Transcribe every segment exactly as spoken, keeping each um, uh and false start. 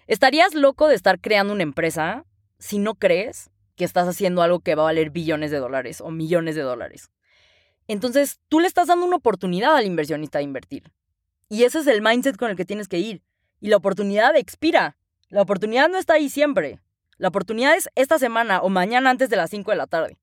Estarías loco de estar creando una empresa si no crees que estás haciendo algo que va a valer billones de dólares o millones de dólares. Entonces, tú le estás dando una oportunidad al inversionista de invertir. Y ese es el mindset con el que tienes que ir. Y la oportunidad expira. La oportunidad no está ahí siempre. La oportunidad es esta semana o mañana antes de las cinco de la tarde.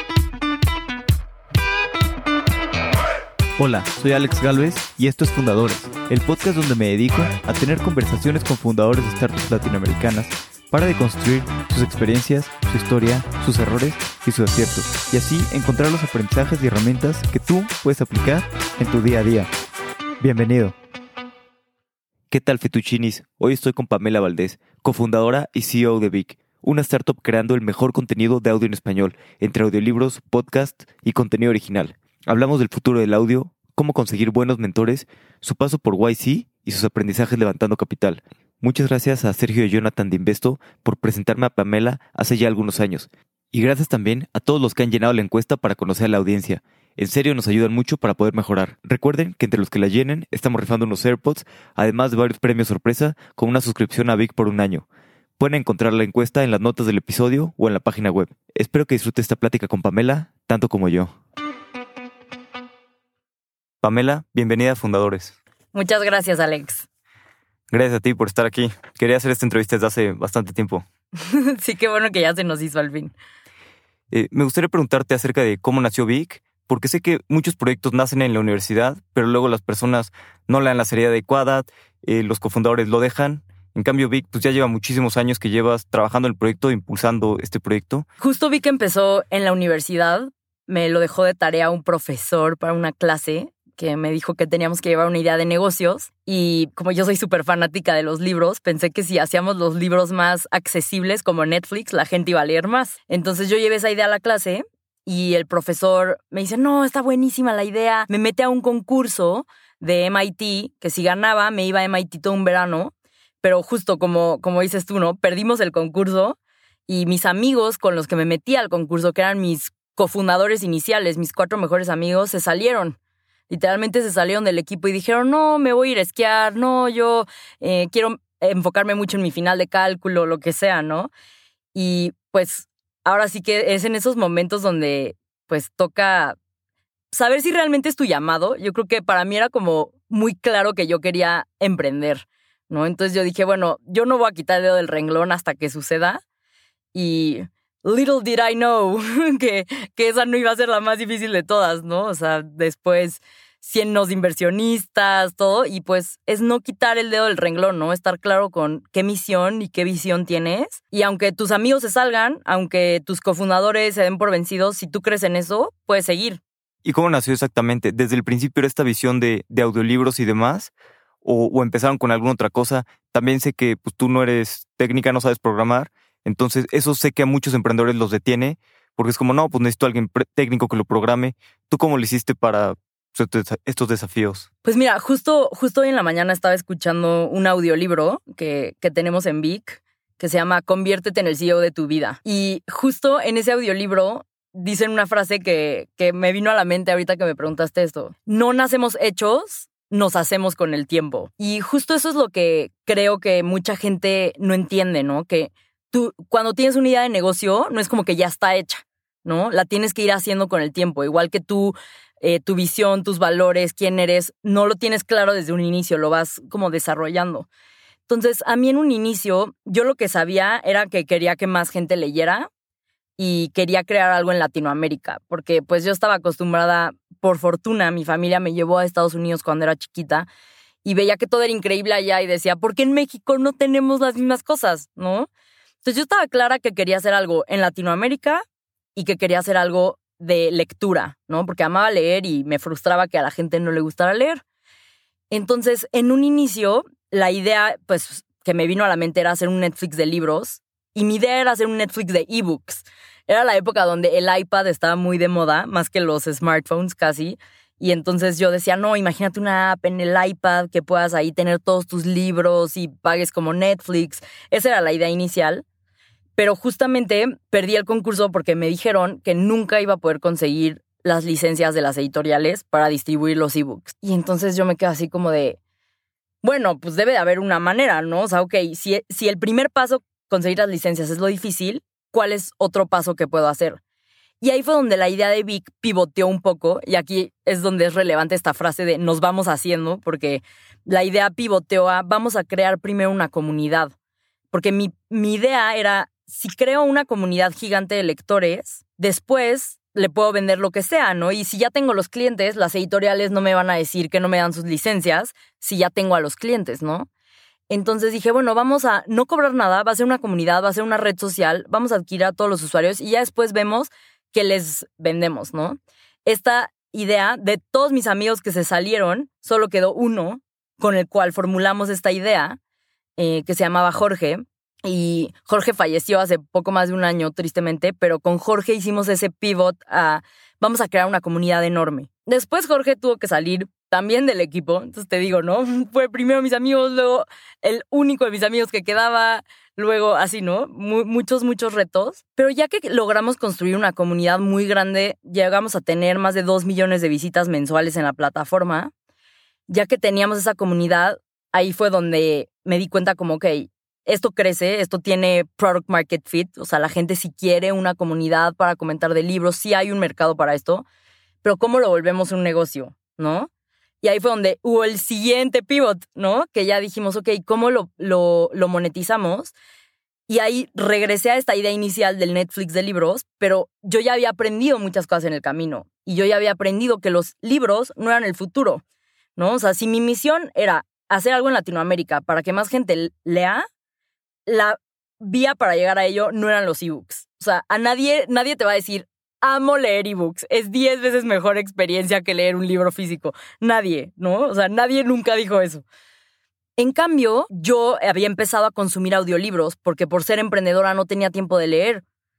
Hola, soy Alex Galvez y esto es Fundadores, el podcast donde me dedico a tener conversaciones con fundadores de startups latinoamericanas para deconstruir sus experiencias, su historia, sus errores y sus aciertos, y así encontrar los aprendizajes y herramientas que tú puedes aplicar en tu día a día. Bienvenido. ¿Qué tal, Fettuccinis? Hoy estoy con Pamela Valdés, cofundadora y C E O de Vic, una startup creando el mejor contenido de audio en español, entre audiolibros, podcast y contenido original. Hablamos del futuro del audio, cómo conseguir buenos mentores, su paso por Y C y sus aprendizajes levantando capital. Muchas gracias a Sergio y Jonathan de Investo por presentarme a Pamela hace ya algunos años. Y gracias también a todos los que han llenado la encuesta para conocer a la audiencia. En serio nos ayudan mucho para poder mejorar. Recuerden que entre los que la llenen estamos rifando unos AirPods, además de varios premios sorpresa con una suscripción a Vic por un año. Pueden encontrar la encuesta en las notas del episodio o en la página web. Espero que disfrute esta plática con Pamela, tanto como yo. Pamela, bienvenida a Fundadores. Muchas gracias, Alex. Gracias a ti por estar aquí. Quería hacer esta entrevista desde hace bastante tiempo. Sí, qué bueno que ya se nos hizo al fin. Eh, me gustaría preguntarte acerca de cómo nació Vic, porque sé que muchos proyectos nacen en la universidad, pero luego las personas no le dan la seriedad adecuada, eh, los cofundadores lo dejan. En cambio, Vic pues ya lleva muchísimos años que llevas trabajando en el proyecto, impulsando este proyecto. Justo Vic empezó en la universidad. Me lo dejó de tarea un profesor para una clase que me dijo que teníamos que llevar una idea de negocios. Y como yo soy súper fanática de los libros, pensé que si hacíamos los libros más accesibles como Netflix, la gente iba a leer más. Entonces yo llevé esa idea a la clase y el profesor me dice, no, está buenísima la idea. Me mete a un concurso de M I T, que si ganaba me iba a M I T todo un verano. Pero justo como, como dices tú, ¿no? Perdimos el concurso y mis amigos con los que me metí al concurso, que eran mis cofundadores iniciales, mis cuatro mejores amigos, se salieron. Literalmente se salieron del equipo y dijeron, no, me voy a ir a esquiar, no, yo eh, quiero enfocarme mucho en mi final de cálculo, lo que sea, ¿no? Y pues ahora sí que es en esos momentos donde pues toca saber si realmente es tu llamado. Yo creo que para mí era como muy claro que yo quería emprender, ¿no? Entonces yo dije, bueno, yo no voy a quitar el dedo del renglón hasta que suceda. Y little did I know que, que esa no iba a ser la más difícil de todas, ¿no? O sea, después cientos de inversionistas, todo, y pues es no quitar el dedo del renglón, ¿no? Estar claro con qué misión y qué visión tienes. Y aunque tus amigos se salgan, aunque tus cofundadores se den por vencidos, si tú crees en eso, puedes seguir. ¿Y cómo nació exactamente? ¿Desde el principio era esta visión de, de audiolibros y demás? ¿O, o empezaron con alguna otra cosa? También sé que pues, tú no eres técnica, no sabes programar. Entonces, eso sé que a muchos emprendedores los detiene, porque es como, no, pues necesito a alguien pre- técnico que lo programe. ¿Tú cómo lo hiciste para pues, estos desafíos? Pues mira, justo, justo hoy en la mañana estaba escuchando un audiolibro que, que tenemos en Vic, que se llama Conviértete en el C E O de tu vida. Y justo en ese audiolibro dicen una frase que, que me vino a la mente ahorita que me preguntaste esto. No nacemos hechos, nos hacemos con el tiempo. Y justo eso es lo que creo que mucha gente no entiende, ¿no? Que tú, cuando tienes una idea de negocio, no es como que ya está hecha, ¿no? La tienes que ir haciendo con el tiempo. Igual que tú, eh, tu visión, tus valores, quién eres, no lo tienes claro desde un inicio, lo vas como desarrollando. Entonces, a mí en un inicio, yo lo que sabía era que quería que más gente leyera y quería crear algo en Latinoamérica, porque pues yo estaba acostumbrada, por fortuna, mi familia me llevó a Estados Unidos cuando era chiquita y veía que todo era increíble allá y decía, ¿por qué en México no tenemos las mismas cosas, no? Entonces yo estaba clara que quería hacer algo en Latinoamérica y que quería hacer algo de lectura, ¿no? Porque amaba leer y me frustraba que a la gente no le gustara leer. Entonces, en un inicio, la idea, pues, que me vino a la mente era hacer un Netflix de libros y mi idea era hacer un Netflix de ebooks. Era la época donde el iPad estaba muy de moda, más que los smartphones casi. Y entonces yo decía, no, imagínate una app en el iPad que puedas ahí tener todos tus libros y pagues como Netflix. Esa era la idea inicial. Pero justamente perdí el concurso porque me dijeron que nunca iba a poder conseguir las licencias de las editoriales para distribuir los ebooks. Y entonces yo me quedé así como de, bueno, pues debe de haber una manera, ¿no? O sea, ok, si, si el primer paso, conseguir las licencias, es lo difícil, ¿cuál es otro paso que puedo hacer? Y ahí fue donde la idea de Vic pivoteó un poco, y aquí es donde es relevante esta frase de nos vamos haciendo, porque la idea pivoteó a vamos a crear primero una comunidad. Porque mi, mi idea era, si creo una comunidad gigante de lectores, después le puedo vender lo que sea, ¿no? Y si ya tengo los clientes, las editoriales no me van a decir que no me dan sus licencias si ya tengo a los clientes, ¿no? Entonces dije, bueno, vamos a no cobrar nada, va a ser una comunidad, va a ser una red social, vamos a adquirir a todos los usuarios y ya después vemos que les vendemos, ¿no? Esta idea de todos mis amigos que se salieron, solo quedó uno con el cual formulamos esta idea, eh, que se llamaba Jorge. Y Jorge falleció hace poco más de un año, tristemente, pero con Jorge hicimos ese pivot a vamos a crear una comunidad enorme. Después Jorge tuvo que salir también del equipo, entonces te digo, ¿no? Fue primero mis amigos, luego el único de mis amigos que quedaba, luego así, ¿no? Muy, muchos, muchos retos. Pero ya que logramos construir una comunidad muy grande, llegamos a tener más de dos millones de visitas mensuales en la plataforma. Ya que teníamos esa comunidad, ahí fue donde me di cuenta como, ok, esto crece, esto tiene product market fit, o sea, la gente sí quiere una comunidad para comentar de libros, sí hay un mercado para esto, pero ¿cómo lo volvemos un negocio, no? Y ahí fue donde hubo el siguiente pivot, ¿no? Que ya dijimos, ok, ¿cómo lo, lo, lo monetizamos? Y ahí regresé a esta idea inicial del Netflix de libros, pero yo ya había aprendido muchas cosas en el camino y yo ya había aprendido que los libros no eran el futuro, ¿no? O sea, si mi misión era hacer algo en Latinoamérica para que más gente lea, la vía para llegar a ello no eran los ebooks. O sea, a nadie, nadie te va a decir, amo leer ebooks, es diez veces mejor experiencia que leer un libro físico. Nadie, ¿no? O sea, nadie nunca dijo eso. En cambio, yo había empezado a consumir audiolibros porque por ser emprendedora no tenía tiempo de leer.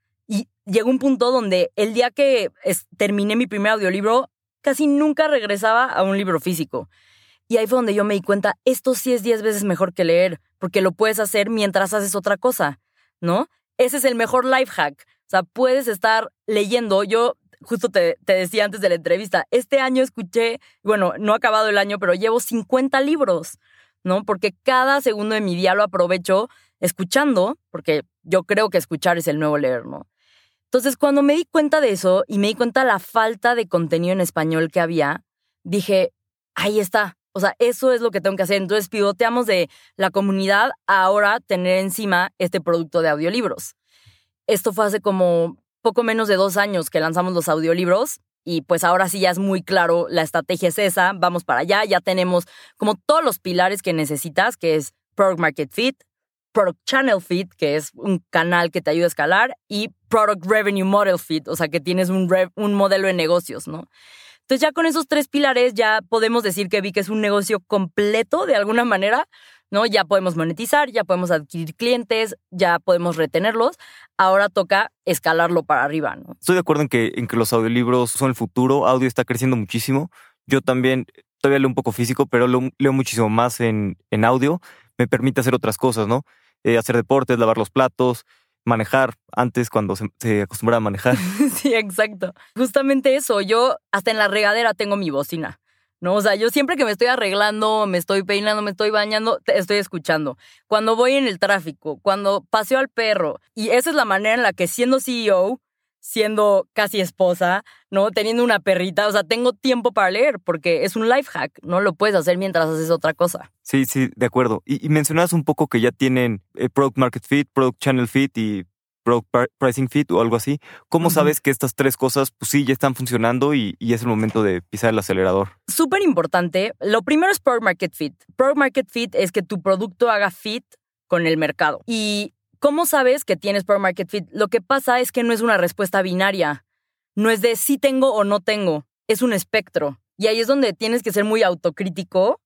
Y llegó un punto donde el día que es, terminé mi primer audiolibro, casi nunca regresaba a un libro físico. Y ahí fue donde yo me di cuenta, esto sí es diez veces mejor que leer, porque lo puedes hacer mientras haces otra cosa, ¿no? Ese es el mejor life hack. O sea, puedes estar leyendo. Yo justo te, te decía antes de la entrevista, este año escuché, bueno, no ha acabado el año, pero llevo cincuenta libros, ¿no? Porque cada segundo de mi día lo aprovecho escuchando, porque yo creo que escuchar es el nuevo leer, ¿no? Entonces, cuando me di cuenta de eso y me di cuenta de la falta de contenido en español que había, dije, ahí está. O sea, eso es lo que tengo que hacer. Entonces, pivoteamos de la comunidad a ahora tener encima este producto de audiolibros. Esto fue hace como poco menos de dos años que lanzamos los audiolibros y pues ahora sí ya es muy claro, la estrategia es esa, vamos para allá, ya tenemos como todos los pilares que necesitas, que es Product Market Fit, Product Channel Fit, que es un canal que te ayuda a escalar, y Product Revenue Model Fit, o sea, que tienes un, rev- un modelo de negocios, ¿no? Entonces ya con esos tres pilares ya podemos decir que Vic es un negocio completo de alguna manera, ¿no? Ya podemos monetizar, ya podemos adquirir clientes, ya podemos retenerlos. Ahora toca escalarlo para arriba, ¿no? Estoy de acuerdo en que, en que los audiolibros son el futuro. Audio está creciendo muchísimo. Yo también todavía leo un poco físico, pero leo, leo muchísimo más en, en audio. Me permite hacer otras cosas, ¿no? Eh, hacer deportes, lavar los platos, manejar antes cuando se, se acostumbraba a manejar. Sí, exacto. Justamente eso. Yo hasta en la regadera tengo mi bocina, ¿no? O sea, yo siempre que me estoy arreglando, me estoy peinando, me estoy bañando, te estoy escuchando. Cuando voy en el tráfico, cuando paseo al perro. Y esa es la manera en la que siendo C E O, siendo casi esposa, ¿no? Teniendo una perrita, o sea, tengo tiempo para leer porque es un life hack, ¿no? Lo puedes hacer mientras haces otra cosa. Sí, sí, de acuerdo. Y, y mencionabas un poco que ya tienen eh, Product Market Fit, Product Channel Fit y Product Pricing Fit o algo así. ¿Cómo uh-huh. sabes que estas tres cosas, pues sí, ya están funcionando y, y es el momento de pisar el acelerador? Súper importante. Lo primero es Product Market Fit. Product Market Fit es que tu producto haga fit con el mercado. Y ¿cómo sabes que tienes Product Market Fit? Lo que pasa es que no es una respuesta binaria. No es de sí tengo o no tengo. Es un espectro. Y ahí es donde tienes que ser muy autocrítico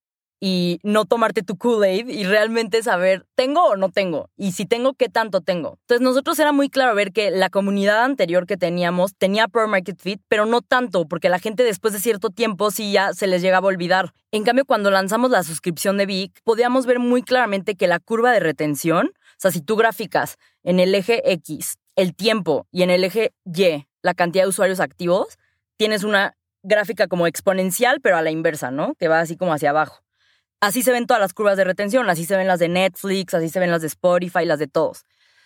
y no tomarte tu Kool-Aid y realmente saber, ¿tengo o no tengo? Y si tengo, ¿qué tanto tengo? Entonces, nosotros era muy claro ver que la comunidad anterior que teníamos tenía Product Market Fit, pero no tanto, porque la gente después de cierto tiempo sí ya se les llegaba a olvidar. En cambio, cuando lanzamos la suscripción de Vic, podíamos ver muy claramente que la curva de retención, o sea, si tú graficas en el eje X el tiempo y en el eje Y la cantidad de usuarios activos, tienes una gráfica como exponencial, pero a la inversa, ¿no? Que va así como hacia abajo. Así se ven todas las curvas de retención, así se ven las de Netflix, así se ven las de Spotify, las de todos.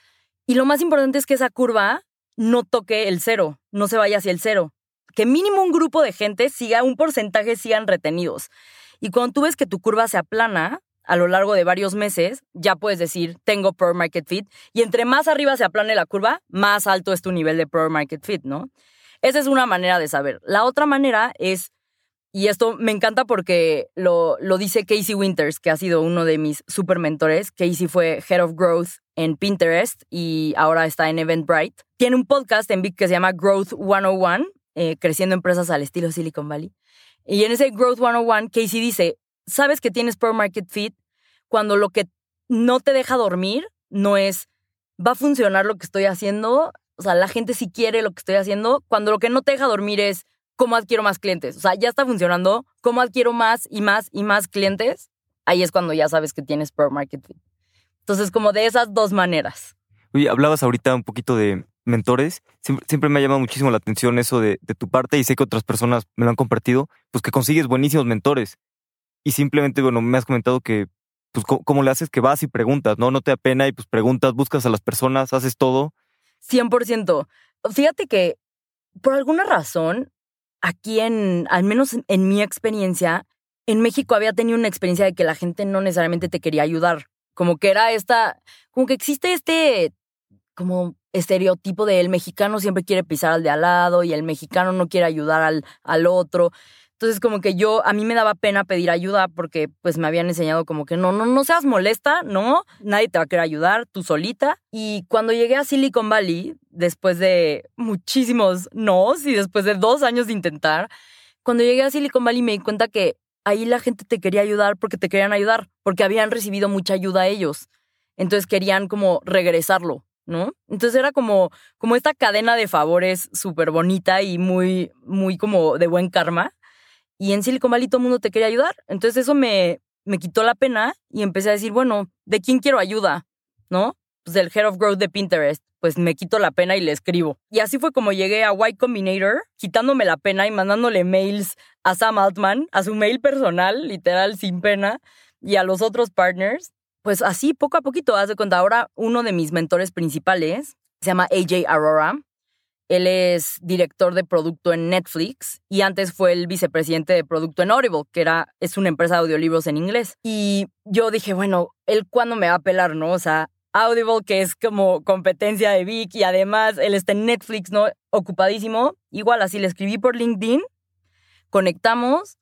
Y lo más importante es que esa curva no toque el cero, no se vaya hacia el cero. Que mínimo un grupo de gente siga, un porcentaje sigan retenidos. Y cuando tú ves que tu curva se aplana a lo largo de varios meses, ya puedes decir, tengo Product Market Fit. Y entre más arriba se aplane la curva, más alto es tu nivel de Product Market Fit, ¿no? Esa es una manera de saber. La otra manera es, y esto me encanta porque lo, lo dice Casey Winters, que ha sido uno de mis super mentores. Casey fue Head of Growth en Pinterest y ahora está en Eventbrite. Tiene un podcast en Vic que se llama Growth ciento uno, eh, creciendo empresas al estilo Silicon Valley. Y en ese Growth ciento uno, Casey dice, sabes que tienes Product Market Fit cuando lo que no te deja dormir no es, va a funcionar lo que estoy haciendo, o sea, la gente sí quiere lo que estoy haciendo, cuando lo que no te deja dormir es, ¿cómo adquiero más clientes? O sea, ya está funcionando, ¿cómo adquiero más y más y más clientes? Ahí es cuando ya sabes que tienes Product Market Fit. Entonces, como de esas dos maneras. Oye, hablabas ahorita un poquito de mentores. Siempre, siempre me ha llamado muchísimo la atención eso de, de tu parte y sé que otras personas me lo han compartido, pues que consigues buenísimos mentores. Y simplemente, bueno, me has comentado que, pues, ¿cómo le haces? Que vas y preguntas, ¿no? No te da pena y pues preguntas, buscas a las personas, haces todo. cien por ciento. Fíjate que, por alguna razón, aquí en, al menos en mi experiencia, en México había tenido una experiencia de que la gente no necesariamente te quería ayudar. Como que era esta, como que existe este como estereotipo de el mexicano siempre quiere pisar al de al lado y el mexicano no quiere ayudar al, al otro. Entonces como que yo, a mí me daba pena pedir ayuda porque pues me habían enseñado como que no, no, no seas molesta, no, nadie te va a querer ayudar, tú solita. Y cuando llegué a Silicon Valley, después de muchísimos nos y después de dos años de intentar, cuando llegué a Silicon Valley me di cuenta que ahí la gente te quería ayudar porque te querían ayudar, porque habían recibido mucha ayuda a ellos. Entonces querían como regresarlo, ¿no? Entonces era como, como esta cadena de favores súper bonita y muy, muy como de buen karma. Y en Silicon Valley todo el mundo te quería ayudar. Entonces eso me, me quitó la pena y empecé a decir, bueno, ¿de quién quiero ayuda? ¿No? Pues del Head of Growth de Pinterest. Pues me quito la pena y le escribo. Y así fue como llegué a Y Combinator, quitándome la pena y mandándole mails a Sam Altman, a su mail personal, literal, sin pena, y a los otros partners. Pues así, poco a poquito, haz de cuenta. Ahora uno de mis mentores principales se llama A J Arora. Él es director de producto en Netflix y antes fue el vicepresidente de producto en Audible, que era, es una empresa de audiolibros en inglés. Y yo dije, bueno, ¿él cuándo me va a pelar, no? O sea, Audible, que es como competencia de Vic, y además él está en Netflix, ¿no? Ocupadísimo. Igual así le escribí por LinkedIn, conectamos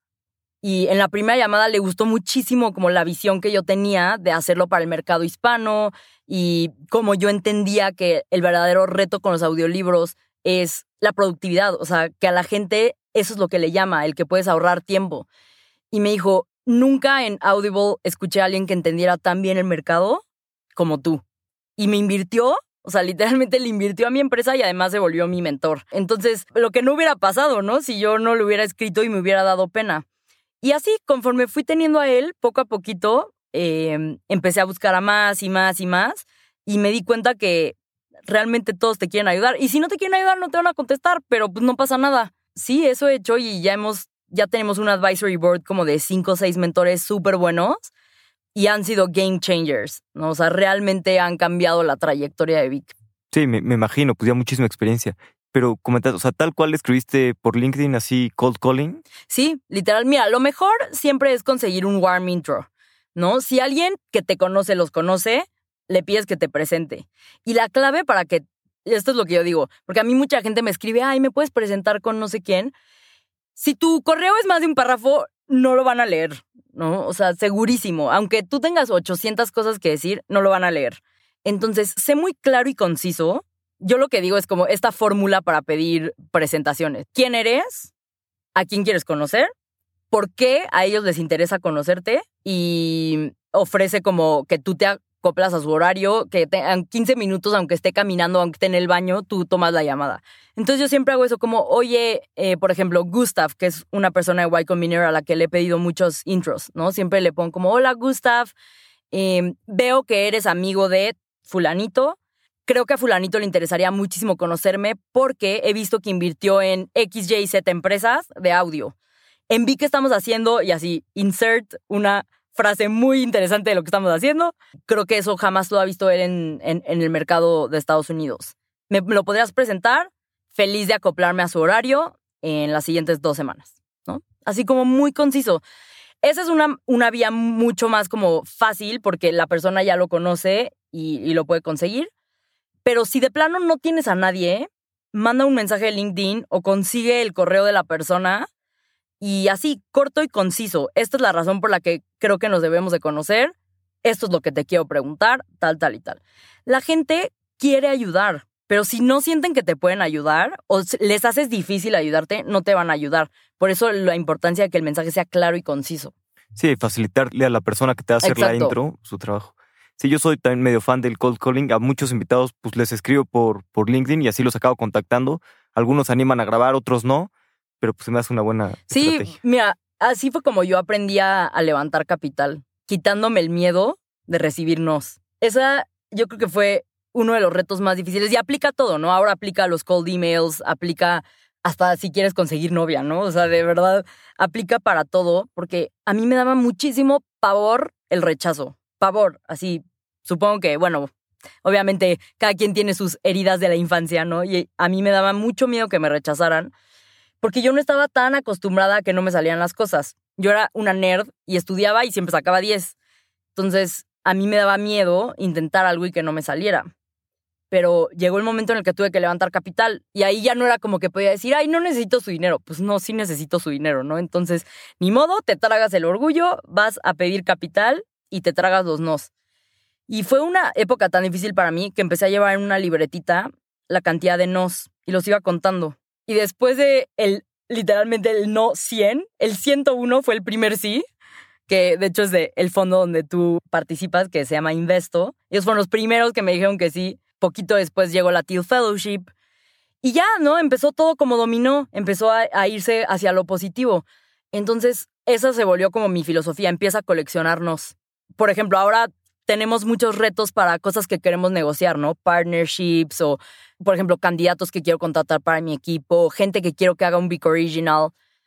y en la primera llamada le gustó muchísimo como la visión que yo tenía de hacerlo para el mercado hispano y como yo entendía que el verdadero reto con los audiolibros es la productividad, o sea, que a la gente eso es lo que le llama, el que puedes ahorrar tiempo. Y me dijo, nunca en Audible escuché a alguien que entendiera tan bien el mercado como tú. Y me invirtió, o sea, literalmente le invirtió a mi empresa y además se volvió mi mentor. Entonces, lo que no hubiera pasado, ¿no? Si yo no lo hubiera escrito y me hubiera dado pena. Y así, conforme fui teniendo a él, poco a poquito, eh, empecé a buscar a más y más y más. Y me di cuenta que realmente todos te quieren ayudar. Y si no te quieren ayudar, no te van a contestar, pero pues no pasa nada. Sí, eso he hecho y ya hemos, ya tenemos un advisory board como de cinco o seis mentores súper buenos. Y han sido game changers, ¿no? O sea, realmente han cambiado la trayectoria de Vic. Sí, me, me imagino, pues ya muchísima experiencia. Pero comentas, o sea, tal cual escribiste por LinkedIn así cold calling. Sí, literal. Mira, lo mejor siempre es conseguir un warm intro, ¿no? Si alguien que te conoce los conoce, le pides que te presente. Y la clave para que, esto es lo que yo digo, porque a mí mucha gente me escribe, ay, ¿me puedes presentar con no sé quién? Si tu correo es más de un párrafo, no lo van a leer, ¿no? O sea, segurísimo. Aunque tú tengas ochocientas cosas que decir, no lo van a leer. Entonces, sé muy claro y conciso. Yo lo que digo es como esta fórmula para pedir presentaciones. ¿Quién eres? ¿A quién quieres conocer? ¿Por qué a ellos les interesa conocerte? Y ofrece como que tú te acoplas a su horario, que en quince minutos, aunque esté caminando, aunque esté en el baño, tú tomas la llamada. Entonces yo siempre hago eso como, oye, eh, por ejemplo, Gustav, que es una persona de Y Combinator a la que le he pedido muchos intros, ¿no? Siempre le pongo como, hola, Gustav, eh, veo que eres amigo de fulanito. Creo que a fulanito le interesaría muchísimo conocerme porque he visto que invirtió en X, Y, Z empresas de audio. En Vic estamos haciendo, y así, insert una frase muy interesante de lo que estamos haciendo. Creo que eso jamás lo ha visto él en, en, en el mercado de Estados Unidos. Me, me lo podrías presentar, feliz de acoplarme a su horario en las siguientes dos semanas, ¿no? Así como muy conciso. Esa es una, una vía mucho más como fácil porque la persona ya lo conoce y, y lo puede conseguir. Pero si de plano no tienes a nadie, manda un mensaje de LinkedIn o consigue el correo de la persona y así, corto y conciso. Esta es la razón por la que creo que nos debemos de conocer. Esto es lo que te quiero preguntar, tal, tal y tal. La gente quiere ayudar, pero si no sienten que te pueden ayudar o les haces difícil ayudarte, no te van a ayudar. Por eso la importancia de que el mensaje sea claro y conciso. Sí, facilitarle a la persona que te va a hacer Exacto. la intro su trabajo. Sí, yo soy también medio fan del cold calling. A muchos invitados pues les escribo por, por LinkedIn y así los acabo contactando. Algunos se animan a grabar, otros no, pero pues se me hace una buena sí, estrategia. Mira, así fue como yo aprendí a, a levantar capital, quitándome el miedo de recibir nos. Esa yo creo que fue uno de los retos más difíciles y aplica a todo, ¿no? Ahora aplica a los cold emails, aplica hasta si quieres conseguir novia, ¿no? O sea, de verdad, aplica para todo porque a mí me daba muchísimo pavor el rechazo. Pavor, así, supongo que, bueno, obviamente cada quien tiene sus heridas de la infancia, ¿no? Y a mí me daba mucho miedo que me rechazaran porque yo no estaba tan acostumbrada a que no me salían las cosas. Yo era una nerd y estudiaba y siempre sacaba diez. Entonces, a mí me daba miedo intentar algo y que no me saliera. Pero llegó el momento en el que tuve que levantar capital y ahí ya no era como que podía decir, ay, no necesito su dinero. Pues no, sí necesito su dinero, ¿no? Entonces, ni modo, te tragas el orgullo, vas a pedir capital y te tragas los nos. Y fue una época tan difícil para mí que empecé a llevar en una libretita la cantidad de nos y los iba contando. Y después de el, literalmente el no cien, el ciento uno fue el primer sí, que de hecho es de el fondo donde tú participas, que se llama Investo. Ellos fueron los primeros que me dijeron que sí. Poquito después llegó la Thiel Fellowship. Y ya, ¿no? Empezó todo como dominó, empezó a, a irse hacia lo positivo. Entonces, esa se volvió como mi filosofía, empieza a coleccionarnos. Por ejemplo, ahora tenemos muchos retos para cosas que queremos negociar, ¿no? Partnerships o, por ejemplo, candidatos que quiero contratar para mi equipo, gente que quiero que haga un Big Original.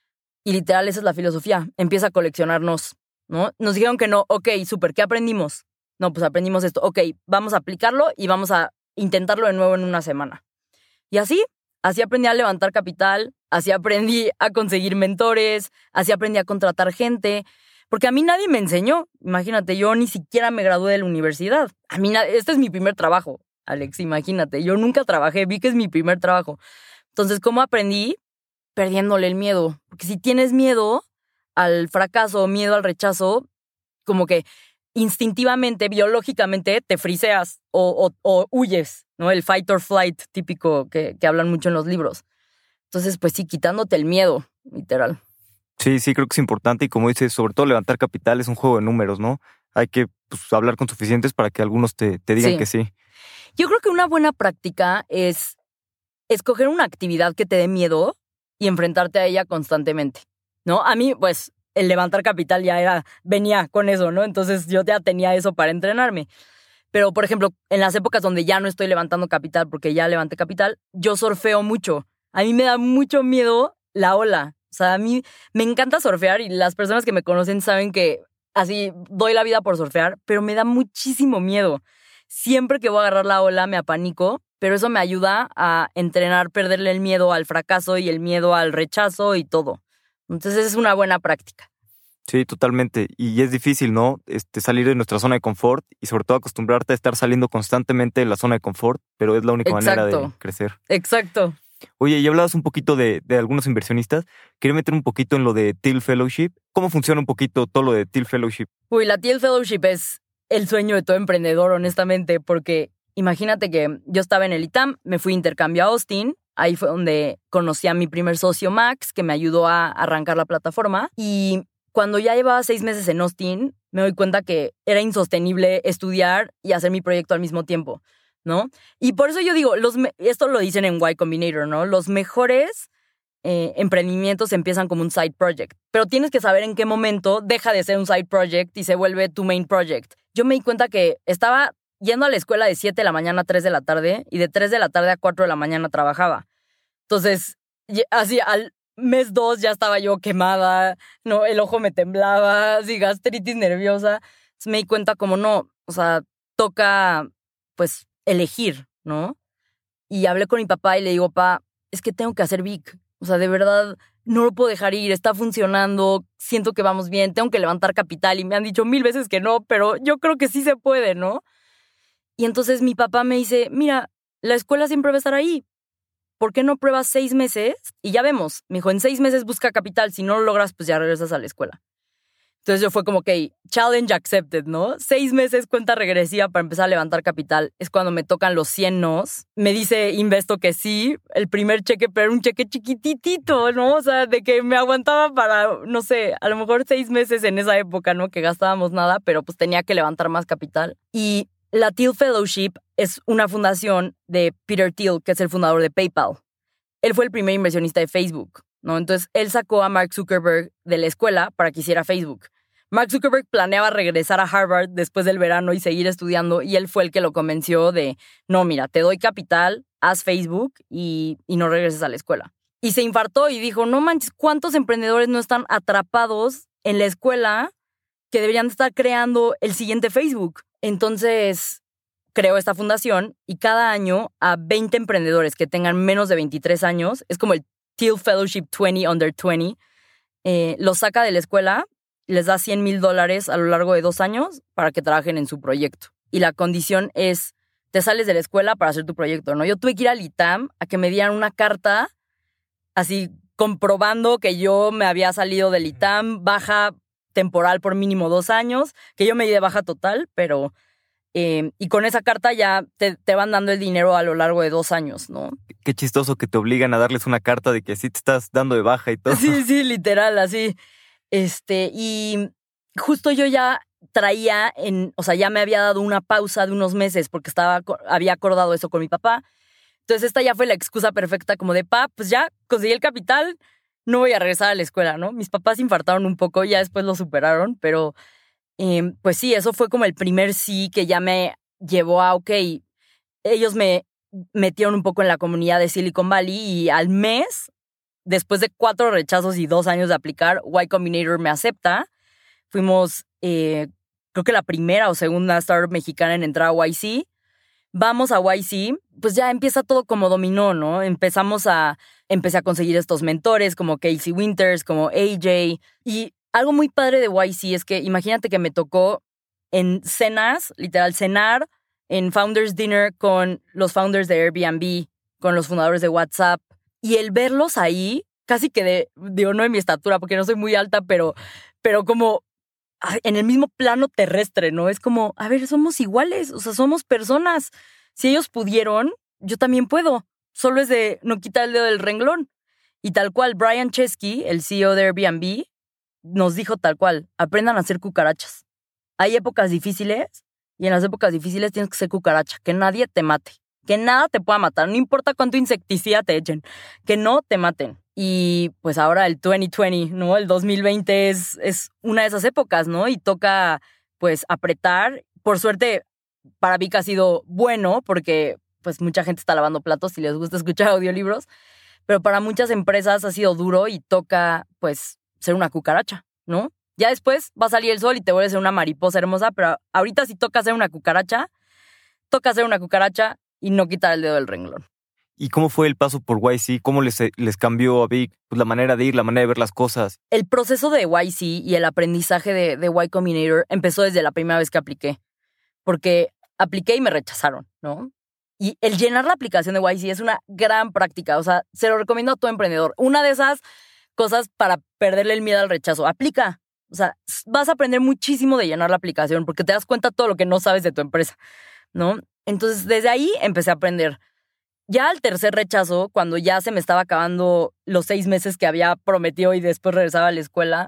Y literal, esa es la filosofía. Empieza a coleccionarnos, ¿no? Nos dijeron que no. Ok, súper, ¿qué aprendimos? No, pues aprendimos esto. Ok, vamos a aplicarlo y vamos a intentarlo de nuevo en una semana. Y así, así aprendí a levantar capital, así aprendí a conseguir mentores, así aprendí a contratar gente. Porque a mí nadie me enseñó. Imagínate, yo ni siquiera me gradué de la universidad. A mí, este es mi primer trabajo, Alex, imagínate. Yo nunca trabajé, vi que es mi primer trabajo. Entonces, ¿cómo aprendí? Perdiéndole el miedo. Porque si tienes miedo al fracaso, miedo al rechazo, como que instintivamente, biológicamente, te friseas o, o, o huyes, ¿no? El fight or flight típico que, que hablan mucho en los libros. Entonces, pues sí, quitándote el miedo, literal. Sí, sí, creo que es importante y como dices, sobre todo levantar capital es un juego de números, ¿no? Hay que pues, hablar con suficientes para que algunos te, te digan sí. que sí. Yo creo que una buena práctica es escoger una actividad que te dé miedo y enfrentarte a ella constantemente, ¿no? A mí, pues, el levantar capital ya era, venía con eso, ¿no? Entonces yo ya tenía eso para entrenarme. Pero, por ejemplo, en las épocas donde ya no estoy levantando capital porque ya levanté capital, yo surfeo mucho. A mí me da mucho miedo la ola. O sea, a mí me encanta surfear y las personas que me conocen saben que así doy la vida por surfear, pero me da muchísimo miedo. Siempre que voy a agarrar la ola me apanico, pero eso me ayuda a entrenar, perderle el miedo al fracaso y el miedo al rechazo y todo. Entonces es una buena práctica. Sí, totalmente. Y es difícil, ¿no? Este, salir de nuestra zona de confort y sobre todo acostumbrarte a estar saliendo constantemente de la zona de confort, pero es la única Exacto. manera de crecer. Exacto. Oye, y hablabas un poquito de, de algunos inversionistas. Quería meter un poquito en lo de Thiel Fellowship. ¿Cómo funciona un poquito todo lo de Thiel Fellowship? Uy, la Thiel Fellowship es el sueño de todo emprendedor, honestamente, porque imagínate que yo estaba en el I T A M, me fui a intercambio a Austin. Ahí fue donde conocí a mi primer socio, Max, que me ayudó a arrancar la plataforma. Y cuando ya llevaba seis meses en Austin, me doy cuenta que era insostenible estudiar y hacer mi proyecto al mismo tiempo, ¿no? Y por eso yo digo, los me- esto lo dicen en Y Combinator, ¿no? Los mejores eh, emprendimientos empiezan como un side project, pero tienes que saber en qué momento deja de ser un side project y se vuelve tu main project. Yo me di cuenta que estaba yendo a la escuela de siete de la mañana a tres de la tarde y de tres de la tarde a cuatro de la mañana trabajaba. Entonces, así, al mes dos ya estaba yo quemada, no, el ojo me temblaba, así, gastritis nerviosa. Entonces me di cuenta como no, o sea, toca, pues, elegir, ¿no? Y hablé con mi papá y le digo, pa, es que tengo que hacer Vic. O sea, de verdad, no lo puedo dejar ir, está funcionando, siento que vamos bien, tengo que levantar capital. Y me han dicho mil veces que no, pero yo creo que sí se puede, ¿no? Y entonces mi papá me dice, mira, la escuela siempre va a estar ahí. ¿Por qué no pruebas seis meses? Y ya vemos. Me dijo, en seis meses busca capital. Si no lo logras, pues ya regresas a la escuela. Entonces yo fue como, ok, challenge accepted, ¿no? Seis meses cuenta regresiva para empezar a levantar capital. Es cuando me tocan los cien nos. Me dice Investo que sí, el primer cheque, pero era un cheque chiquititito, ¿no? O sea, de que me aguantaba para, no sé, a lo mejor seis meses en esa época, ¿no? Que gastábamos nada, pero pues tenía que levantar más capital. Y la Thiel Fellowship es una fundación de Peter Thiel, que es el fundador de PayPal. Él fue el primer inversionista de Facebook, ¿no? Entonces, él sacó a Mark Zuckerberg de la escuela para que hiciera Facebook. Mark Zuckerberg planeaba regresar a Harvard después del verano y seguir estudiando, y él fue el que lo convenció de, no, mira, te doy capital, haz Facebook y, y no regreses a la escuela. Y se infartó y dijo, no manches, ¿cuántos emprendedores no están atrapados en la escuela que deberían estar creando el siguiente Facebook? Entonces, creó esta fundación y cada año a veinte emprendedores que tengan menos de veintitrés años, es como el Thiel Fellowship veinte under veinte, eh, los saca de la escuela, les da cien mil dólares a lo largo de dos años para que trabajen en su proyecto. Y la condición es, te sales de la escuela para hacer tu proyecto, ¿no? Yo tuve que ir al I T A M a que me dieran una carta así comprobando que yo me había salido del I T A M, baja temporal por mínimo dos años, que yo me di de baja total, pero... Eh, y con esa carta ya te, te van dando el dinero a lo largo de dos años, ¿no? Qué chistoso que te obligan a darles una carta de que sí te estás dando de baja y todo. Sí, sí, literal, así. Este, y justo yo ya traía, en, o sea, ya me había dado una pausa de unos meses porque estaba, había acordado eso con mi papá. Entonces esta ya fue la excusa perfecta como de, pa, pues ya conseguí el capital, no voy a regresar a la escuela, ¿no? Mis papás infartaron un poco, ya después lo superaron, pero... Eh, pues sí, eso fue como el primer sí que ya me llevó a, ok, ellos me metieron un poco en la comunidad de Silicon Valley y al mes, después de cuatro rechazos y dos años de aplicar, Y Combinator me acepta. Fuimos, eh, creo que la primera o segunda startup mexicana en entrar a Y C. Vamos a Y C, pues ya empieza todo como dominó, ¿no? Empezamos a, empecé a conseguir estos mentores como Casey Winters, como A J, y algo muy padre de Y C es que imagínate que me tocó en cenas, literal cenar, en Founders Dinner con los founders de Airbnb, con los fundadores de WhatsApp. Y el verlos ahí, casi que de, digo, no de mi estatura, porque no soy muy alta, pero, pero como en el mismo plano terrestre, ¿no? Es como, a ver, somos iguales, o sea, somos personas. Si ellos pudieron, yo también puedo. Solo es de no quitar el dedo del renglón. Y tal cual, Brian Chesky, el C E O de Airbnb, nos dijo tal cual, aprendan a hacer cucarachas. Hay épocas difíciles y en las épocas difíciles tienes que ser cucaracha, que nadie te mate, que nada te pueda matar, no importa cuánto insecticida te echen, que no te maten. Y pues ahora el veinte veinte, ¿no? El dos mil veinte es, es una de esas épocas, ¿no? Y toca pues apretar. Por suerte para Vic ha sido bueno porque pues mucha gente está lavando platos y les gusta escuchar audiolibros, pero para muchas empresas ha sido duro y toca pues ser una cucaracha, ¿no? Ya después va a salir el sol y te vuelves a ser una mariposa hermosa, pero ahorita si toca ser una cucaracha, toca ser una cucaracha y no quitar el dedo del renglón. ¿Y cómo fue el paso por Y C? ¿Cómo les, les cambió a Vic pues, la manera de ir, la manera de ver las cosas? El proceso de Y C y el aprendizaje de, de Y Combinator empezó desde la primera vez que apliqué, porque apliqué y me rechazaron, ¿no? Y el llenar la aplicación de Y C es una gran práctica, o sea, se lo recomiendo a todo emprendedor. Una de esas cosas para perderle el miedo al rechazo. Aplica. O sea, vas a aprender muchísimo de llenar la aplicación porque te das cuenta de todo lo que no sabes de tu empresa, ¿no? Entonces, desde ahí empecé a aprender. Ya al tercer rechazo, cuando ya se me estaba acabando los seis meses que había prometido y después regresaba a la escuela,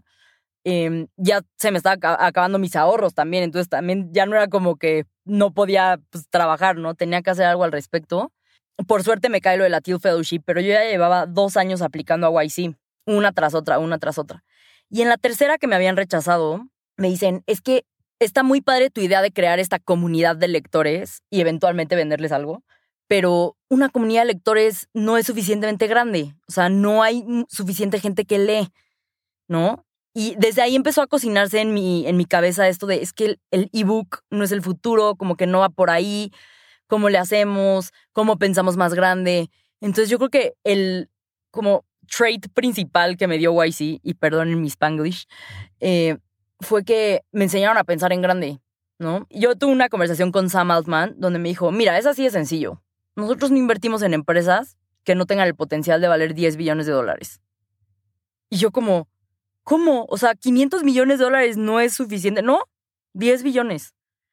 eh, ya se me estaba acabando mis ahorros también. Entonces, también ya no era como que no podía pues, trabajar, ¿no? Tenía que hacer algo al respecto. Por suerte me cae lo de la Thiel Fellowship, pero yo ya llevaba dos años aplicando a Y C. Una tras otra, una tras otra. Y en la tercera que me habían rechazado, me dicen, es que está muy padre tu idea de crear esta comunidad de lectores y eventualmente venderles algo, pero una comunidad de lectores no es suficientemente grande. O sea, no hay suficiente gente que lee, ¿no? Y desde ahí empezó a cocinarse en mi, en mi cabeza esto de, es que el, el ebook no es el futuro, como que no va por ahí, cómo le hacemos, cómo pensamos más grande. Entonces yo creo que el como trait principal que me dio Y C, y perdonen mi Spanglish, eh, fue que me enseñaron a pensar en grande, ¿no? Yo tuve una conversación con Sam Altman donde me dijo, mira, es así de sencillo. Nosotros no invertimos en empresas que no tengan el potencial de valer diez billones de dólares. Y yo como, ¿cómo? O sea, quinientos millones de dólares no es suficiente. No, diez billones.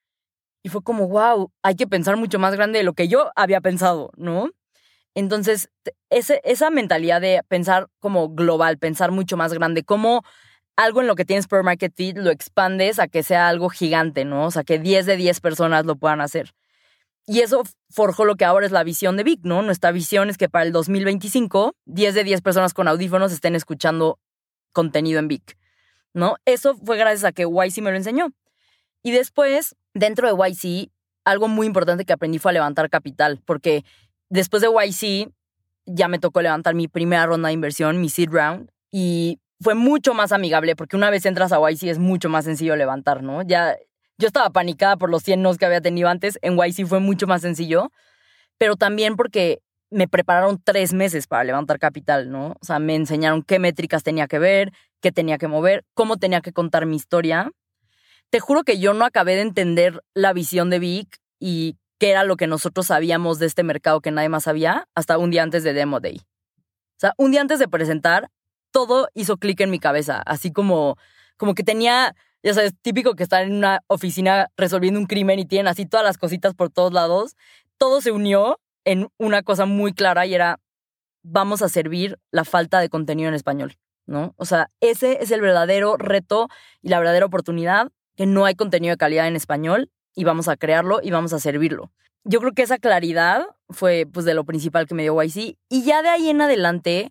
Y fue como, wow, hay que pensar mucho más grande de lo que yo había pensado, ¿no? Entonces, ese, esa mentalidad de pensar como global, pensar mucho más grande, como algo en lo que tienes per market fit lo expandes a que sea algo gigante, ¿no? O sea, que diez de diez personas lo puedan hacer. Y eso forjó lo que ahora es la visión de Vic, ¿no? Nuestra visión es que para el dos mil veinticinco, diez de diez personas con audífonos estén escuchando contenido en Vic, ¿no? Eso fue gracias a que Y C me lo enseñó. Y después, dentro de Y C, algo muy importante que aprendí fue a levantar capital, porque después de Y C ya me tocó levantar mi primera ronda de inversión, mi seed round, y fue mucho más amigable, porque una vez entras a Y C es mucho más sencillo levantar, ¿no? Ya... Yo estaba panicada por los cien nos que había tenido antes. En Y C fue mucho más sencillo. Pero también porque me prepararon tres meses para levantar capital, ¿no? O sea, me enseñaron qué métricas tenía que ver, qué tenía que mover, cómo tenía que contar mi historia. Te juro que yo no acabé de entender la visión de Vic y qué era lo que nosotros sabíamos de este mercado que nadie más sabía hasta un día antes de Demo Day. O sea, un día antes de presentar, todo hizo clic en mi cabeza. Así como, como que tenía... Ya sabes, típico que están en una oficina resolviendo un crimen y tienen así todas las cositas por todos lados. Todo se unió en una cosa muy clara y era, vamos a servir la falta de contenido en español, ¿no? O sea, ese es el verdadero reto y la verdadera oportunidad, que no hay contenido de calidad en español y vamos a crearlo y vamos a servirlo. Yo creo que esa claridad fue pues de lo principal que me dio Y C, y ya de ahí en adelante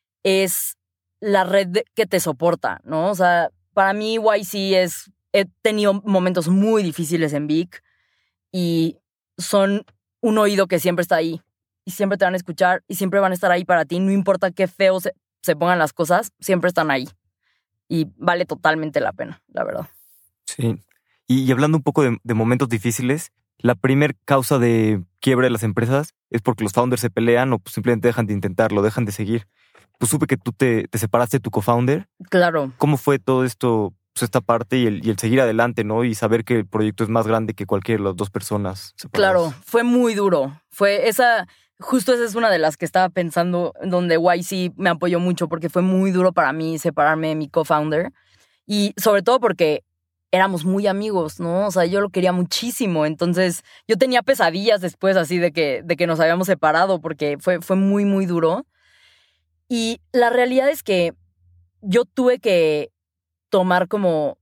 es la red que te soporta, ¿no? O sea, para mí, Y C es... He tenido momentos muy difíciles en Vic y son un oído que siempre está ahí y siempre te van a escuchar y siempre van a estar ahí para ti. No importa qué feo se, se pongan las cosas, siempre están ahí. Y vale totalmente la pena, la verdad. Sí. Y, y hablando un poco de, de momentos difíciles, la primer causa de quiebre de las empresas es porque los founders se pelean o pues simplemente dejan de intentarlo, dejan de seguir. Pues supe que tú te, te separaste de tu co-founder. Claro. ¿Cómo fue todo esto, pues esta parte y el, y el seguir adelante, ¿no? Y saber que el proyecto es más grande que cualquiera de las dos personas separadas. Claro, fue muy duro. Fue esa, justo esa es una de las que estaba pensando, donde Y C me apoyó mucho, porque fue muy duro para mí separarme de mi co-founder. Y sobre todo porque éramos muy amigos, ¿no? O sea, yo lo quería muchísimo. Entonces, yo tenía pesadillas después así de que, de que nos habíamos separado, porque fue, fue muy, muy duro. Y la realidad es que yo tuve que tomar como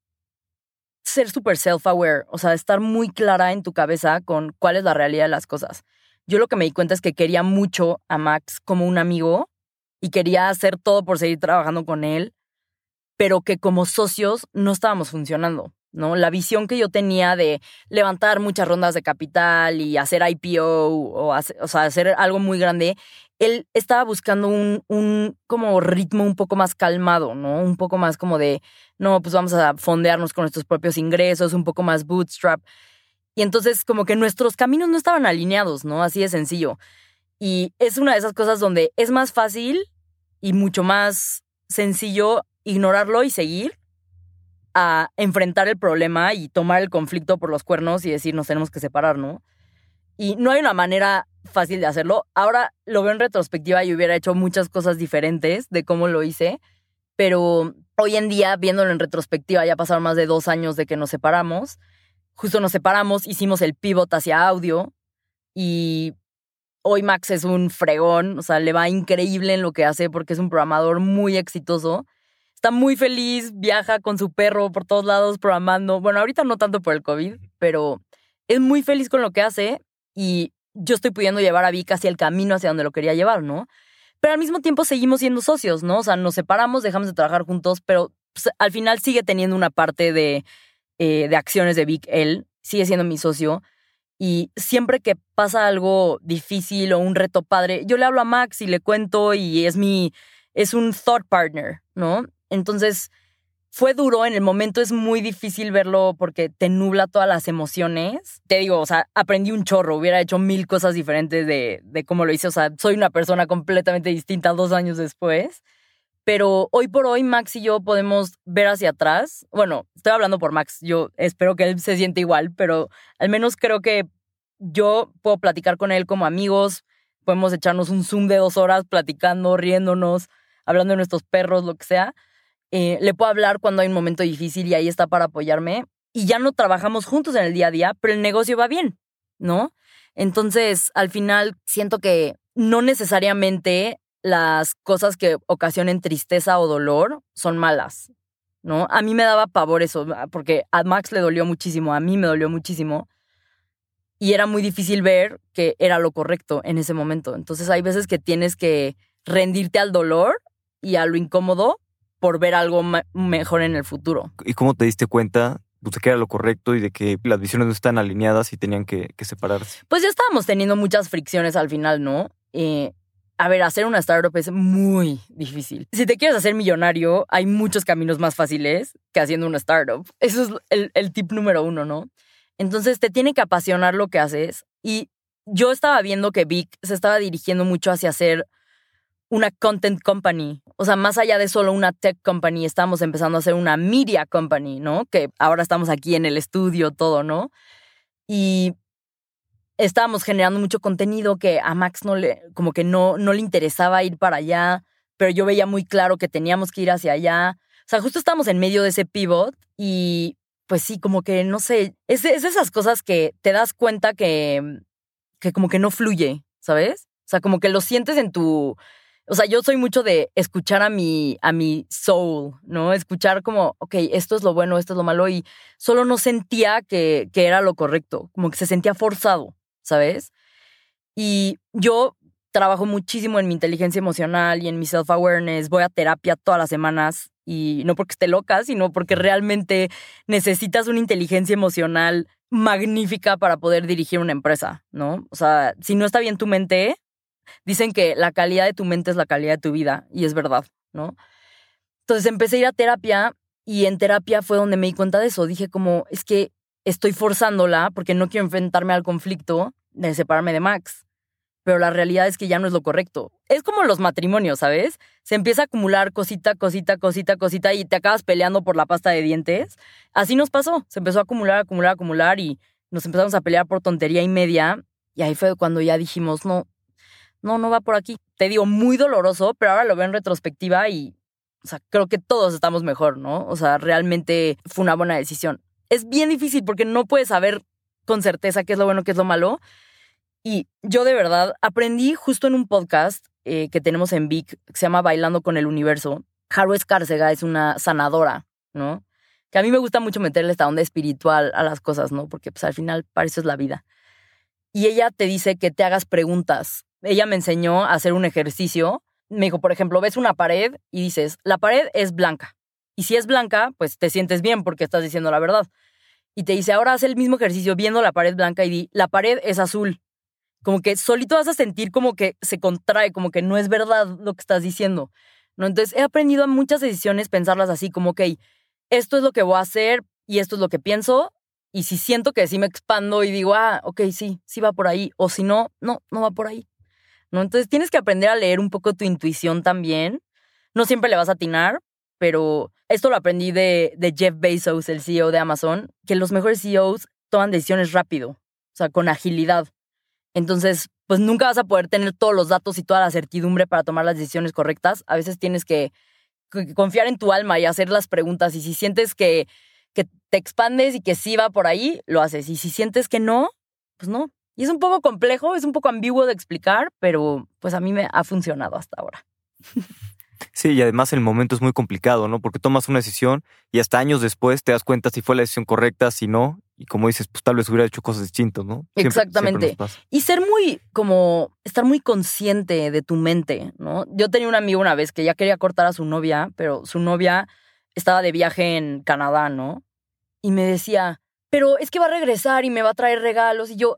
ser súper self-aware, o sea, estar muy clara en tu cabeza con cuál es la realidad de las cosas. Yo lo que me di cuenta es que quería mucho a Max como un amigo y quería hacer todo por seguir trabajando con él, pero que como socios no estábamos funcionando, ¿no? La visión que yo tenía de levantar muchas rondas de capital y hacer I P O o, hacer, o sea, hacer algo muy grande, él estaba buscando un, un como ritmo un poco más calmado, ¿no? Un poco más como de, no, pues vamos a fondearnos con nuestros propios ingresos, un poco más bootstrap. Y entonces como que nuestros caminos no estaban alineados, ¿no? Así de sencillo. Y es una de esas cosas donde es más fácil y mucho más sencillo ignorarlo y seguir a enfrentar el problema y tomar el conflicto por los cuernos y decir nos tenemos que separar, ¿no? Y no hay una manera fácil de hacerlo. Ahora lo veo en retrospectiva y hubiera hecho muchas cosas diferentes de cómo lo hice, pero hoy en día, viéndolo en retrospectiva, ya pasaron más de dos años de que nos separamos. Justo nos separamos, hicimos el pivot hacia audio y hoy Max es un fregón, o sea, le va increíble en lo que hace porque es un programador muy exitoso. Está muy feliz, viaja con su perro por todos lados programando. Bueno, ahorita no tanto por el COVID, pero es muy feliz con lo que hace y yo estoy pudiendo llevar a Vic hacia el camino hacia donde lo quería llevar, ¿no? Pero al mismo tiempo seguimos siendo socios, ¿no? O sea, nos separamos, dejamos de trabajar juntos, pero pues, al final sigue teniendo una parte de, eh, de acciones de Vic, él sigue siendo mi socio. Y siempre que pasa algo difícil o un reto padre, yo le hablo a Max y le cuento y es mi, es un thought partner, ¿no? Entonces, fue duro, en el momento es muy difícil verlo porque te nubla todas las emociones. Te digo, o sea, aprendí un chorro, hubiera hecho mil cosas diferentes de, de cómo lo hice. O sea, soy una persona completamente distinta dos años después. Pero hoy por hoy, Max y yo podemos ver hacia atrás. Bueno, estoy hablando por Max. Yo espero que él se sienta igual, pero al menos creo que yo puedo platicar con él como amigos. Podemos echarnos un Zoom de dos horas platicando, riéndonos, hablando de nuestros perros, lo que sea. Eh, le puedo hablar cuando hay un momento difícil y ahí está para apoyarme. Y ya no trabajamos juntos en el día a día, pero el negocio va bien, ¿no? Entonces, al final, siento que no necesariamente las cosas que ocasionen tristeza o dolor son malas, ¿no? A mí me daba pavor eso, porque a Max le dolió muchísimo, a mí me dolió muchísimo. Y era muy difícil ver que era lo correcto en ese momento. Entonces, hay veces que tienes que rendirte al dolor y a lo incómodo por ver algo ma- mejor en el futuro. ¿Y cómo te diste cuenta pues, de que era lo correcto y de que las visiones no están alineadas y tenían que, que separarse? Pues ya estábamos teniendo muchas fricciones al final, ¿no? Eh, a ver, hacer una startup es muy difícil. Si te quieres hacer millonario, hay muchos caminos más fáciles que haciendo una startup. Eso es el, el tip número uno, ¿no? Entonces te tiene que apasionar lo que haces. Y yo estaba viendo que Vic se estaba dirigiendo mucho hacia hacer una content company. O sea, más allá de solo una tech company, estamos empezando a hacer una media company, ¿no? Que ahora estamos aquí en el estudio, todo, ¿no? Y estábamos generando mucho contenido que a Max no le, como que no, no le interesaba ir para allá, pero yo veía muy claro que teníamos que ir hacia allá. O sea, justo estábamos en medio de ese pivot y pues sí, como que, no sé, es, es esas cosas que te das cuenta que, que como que no fluye, ¿sabes? O sea, como que lo sientes en tu... O sea, yo soy mucho de escuchar a mi, a mi soul, ¿no? Escuchar como, ok, esto es lo bueno, esto es lo malo, y solo no sentía que, que era lo correcto, como que se sentía forzado, ¿sabes? Y yo trabajo muchísimo en mi inteligencia emocional y en mi self-awareness, voy a terapia todas las semanas, y no porque esté loca, sino porque realmente necesitas una inteligencia emocional magnífica para poder dirigir una empresa, ¿no? O sea, si no está bien tu mente... Dicen que la calidad de tu mente es la calidad de tu vida, y es verdad, ¿no? Entonces empecé a ir a terapia y en terapia fue donde me di cuenta de eso. Dije como, es que estoy forzándola porque no quiero enfrentarme al conflicto de separarme de Max. Pero la realidad es que ya no es lo correcto. Es como los matrimonios, ¿sabes? Se empieza a acumular cosita, cosita, cosita, cosita y te acabas peleando por la pasta de dientes. Así nos pasó. Se empezó a acumular, acumular, acumular y nos empezamos a pelear por tontería y media. Y ahí fue cuando ya dijimos, no... No, no va por aquí. Te digo, muy doloroso, pero ahora lo veo en retrospectiva y, o sea, creo que todos estamos mejor, ¿no? O sea, realmente fue una buena decisión. Es bien difícil porque no puedes saber con certeza qué es lo bueno, qué es lo malo. Y yo de verdad aprendí justo en un podcast eh, que tenemos en Vic, que se llama Bailando con el Universo. Haru Escárcega es una sanadora, ¿no? Que a mí me gusta mucho meterle esta onda espiritual a las cosas, ¿no? Porque pues al final para eso es la vida. Y ella te dice que te hagas preguntas. Ella me enseñó a hacer un ejercicio. Me dijo, por ejemplo, ves una pared y dices, la pared es blanca. Y si es blanca, pues te sientes bien porque estás diciendo la verdad. Y te dice, ahora haz el mismo ejercicio viendo la pared blanca y di, la pared es azul. Como que solito vas a sentir como que se contrae, como que no es verdad lo que estás diciendo, ¿no? Entonces he aprendido a muchas decisiones pensarlas así, como, ok, esto es lo que voy a hacer y esto es lo que pienso. Y si siento que sí me expando y digo, ah, ok, sí, sí va por ahí. O si no, no, no va por ahí, ¿no? Entonces tienes que aprender a leer un poco tu intuición también. No siempre le vas a atinar, pero esto lo aprendí de, de Jeff Bezos, el C E O de Amazon, que los mejores C E Os toman decisiones rápido, o sea, con agilidad. Entonces, pues nunca vas a poder tener todos los datos y toda la certidumbre para tomar las decisiones correctas. A veces tienes que, que confiar en tu alma y hacer las preguntas. Y si sientes que, que te expandes y que sí va por ahí, lo haces. Y si sientes que no, pues no. Y es un poco complejo, es un poco ambiguo de explicar, pero pues a mí me ha funcionado hasta ahora. Sí, y además el momento es muy complicado, ¿no? Porque tomas una decisión y hasta años después te das cuenta si fue la decisión correcta, si no. Y como dices, pues tal vez hubiera hecho cosas distintas, ¿no? Siempre, Exactamente. siempre nos pasa. Y ser muy, como, estar muy consciente de tu mente, ¿no? Yo tenía un amigo una vez que ya quería cortar a su novia, pero su novia estaba de viaje en Canadá, ¿no? Y me decía, pero es que va a regresar y me va a traer regalos. Y yo,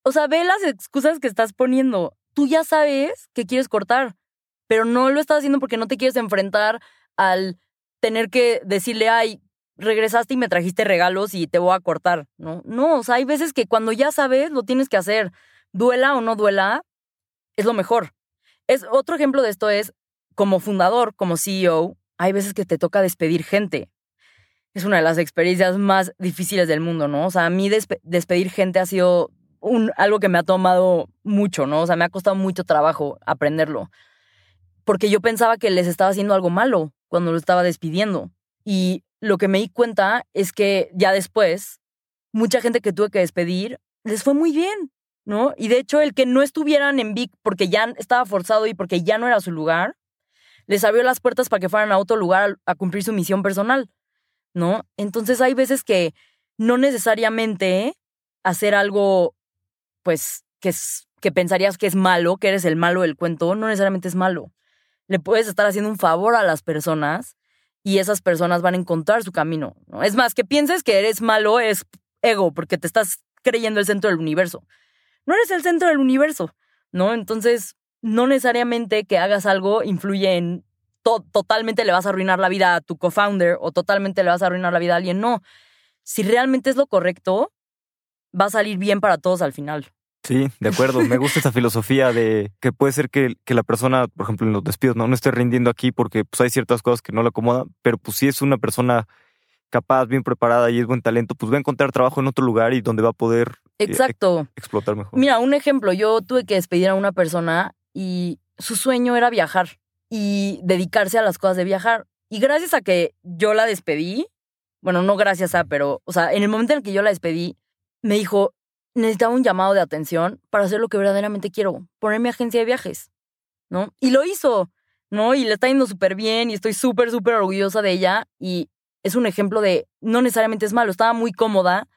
O sea, ve las excusas que estás poniendo. Tú ya sabes que quieres cortar, pero no lo estás haciendo porque no te quieres enfrentar al tener que decirle, ay, regresaste y me trajiste regalos y te voy a cortar, ¿no? No, o sea, hay veces que cuando ya sabes, lo tienes que hacer. Duela o no duela, es lo mejor. Es, otro ejemplo de esto es, como fundador, como C E O, hay veces que te toca despedir gente. Es una de las experiencias más difíciles del mundo, ¿no? O sea, a mí despe- despedir gente ha sido un, algo que me ha tomado mucho, ¿no? O sea, me ha costado mucho trabajo aprenderlo. Porque yo pensaba que les estaba haciendo algo malo cuando lo estaba despidiendo. Y lo que me di cuenta es que ya después, mucha gente que tuve que despedir, les fue muy bien, ¿no? Y de hecho, el que no estuvieran en Vic porque ya estaba forzado y porque ya no era su lugar, les abrió las puertas para que fueran a otro lugar a, a cumplir su misión personal, ¿no? Entonces hay veces que no necesariamente hacer algo, pues, que, es, que pensarías que es malo, que eres el malo del cuento, no necesariamente es malo. Le puedes estar haciendo un favor a las personas y esas personas van a encontrar su camino, ¿no? Es más, que pienses que eres malo es ego, porque te estás creyendo el centro del universo. No eres el centro del universo, ¿no? Entonces, no necesariamente que hagas algo influye en to- totalmente le vas a arruinar la vida a tu co-founder o totalmente le vas a arruinar la vida a alguien. No. Si realmente es lo correcto, va a salir bien para todos al final. Sí, de acuerdo. Me gusta esa filosofía de que puede ser que, que la persona, por ejemplo, en los despidos, no, no esté rindiendo aquí porque pues, hay ciertas cosas que no le acomodan, pero pues si es una persona capaz, bien preparada y es buen talento, pues va a encontrar trabajo en otro lugar y donde va a poder Exacto. eh, explotar mejor. Mira, un ejemplo, yo tuve que despedir a una persona y su sueño era viajar y dedicarse a las cosas de viajar. Y gracias a que yo la despedí, bueno, no gracias a, pero, o sea, en el momento en el que yo la despedí, me dijo, necesitaba un llamado de atención para hacer lo que verdaderamente quiero, poner mi agencia de viajes, ¿no? Y lo hizo, ¿no? Y le está yendo súper bien y estoy súper, súper orgullosa de ella y es un ejemplo de, no necesariamente es malo, estaba muy cómoda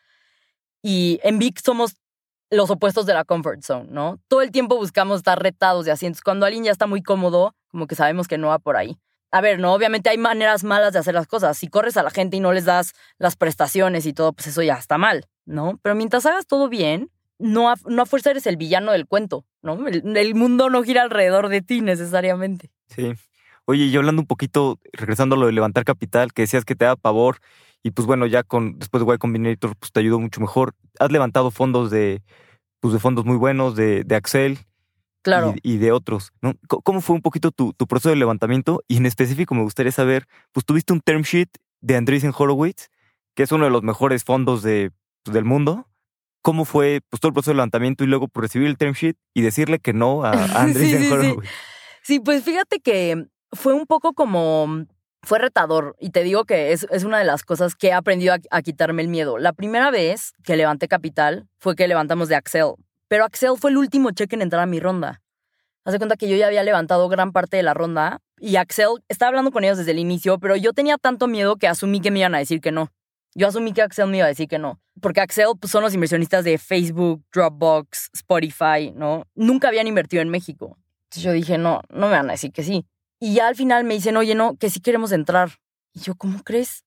y en Vic somos los opuestos de la comfort zone, ¿no? Todo el tiempo buscamos estar retados de asientos. Cuando alguien ya está muy cómodo, como que sabemos que no va por ahí. A ver, ¿no? Obviamente hay maneras malas de hacer las cosas. Si corres a la gente y no les das las prestaciones y todo, pues eso ya está mal, ¿no? Pero mientras hagas todo bien, no a, no a fuerza eres el villano del cuento, ¿no? El, el mundo no gira alrededor de ti necesariamente. Sí. Oye, y hablando un poquito, regresando a lo de levantar capital, que decías que te da pavor, y pues bueno, ya con después de Y Combinator, pues te ayudó mucho mejor. Has levantado fondos de, pues de fondos muy buenos, de, de Accel. Claro. Y, y de otros, ¿no? ¿Cómo fue un poquito tu, tu proceso de levantamiento? Y en específico me gustaría saber, pues tuviste un term sheet de Andreessen Horowitz, que es uno de los mejores fondos de, pues, del mundo. ¿Cómo fue pues, todo el proceso de levantamiento y luego por recibir el term sheet y decirle que no a, a Andreessen sí, sí, Horowitz? Sí. sí, pues fíjate que fue un poco como... Fue retador y te digo que es, es una de las cosas que he aprendido a, a quitarme el miedo. La primera vez que levanté capital fue que levantamos de Accel. Pero Accel fue el último cheque en entrar a mi ronda. Haz de cuenta que yo ya había levantado gran parte de la ronda y Accel, estaba hablando con ellos desde el inicio, pero yo tenía tanto miedo que asumí que me iban a decir que no. Yo asumí que Accel me iba a decir que no. Porque Accel pues, son los inversionistas de Facebook, Dropbox, Spotify, ¿no? Nunca habían invertido en México. Entonces yo dije, no, no me van a decir que sí. Y ya al final me dicen, oye, no, que sí queremos entrar. Y yo, ¿cómo crees?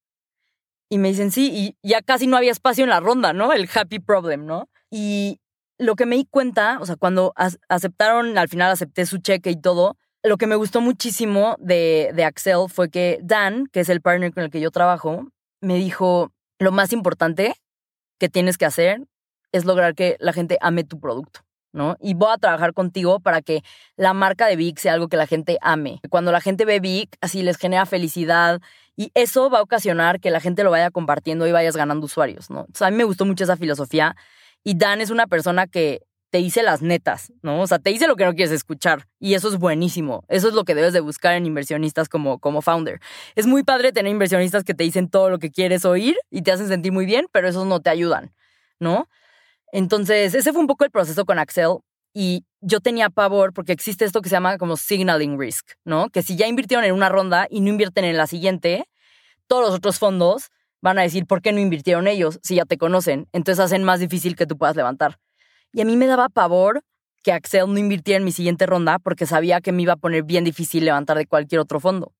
Y me dicen, sí, y ya casi no había espacio en la ronda, ¿no? El happy problem, ¿no? Y lo que me di cuenta, o sea, cuando aceptaron, al final acepté su cheque y todo, lo que me gustó muchísimo de, de Accel fue que Dan, que es el partner con el que yo trabajo, me dijo, lo más importante que tienes que hacer es lograr que la gente ame tu producto, ¿no? Y voy a trabajar contigo para que la marca de Vic sea algo que la gente ame. Cuando la gente ve Vic, así les genera felicidad y eso va a ocasionar que la gente lo vaya compartiendo y vayas ganando usuarios, ¿no? Entonces, a mí me gustó mucho esa filosofía. Y Dan es una persona que te dice las netas, ¿no? O sea, te dice lo que no quieres escuchar. Y eso es buenísimo. Eso es lo que debes de buscar en inversionistas como, como founder. Es muy padre tener inversionistas que te dicen todo lo que quieres oír y te hacen sentir muy bien, pero esos no te ayudan, ¿no? Entonces, ese fue un poco el proceso con Accel. Y yo tenía pavor porque existe esto que se llama como signaling risk, ¿no? Que si ya invirtieron en una ronda y no invierten en la siguiente, todos los otros fondos van a decir, ¿por qué no invirtieron ellos si ya te conocen? Entonces hacen más difícil que tú puedas levantar. Y a mí me daba pavor que Accel no invirtiera en mi siguiente ronda porque sabía que me iba a poner bien difícil levantar de cualquier otro fondo.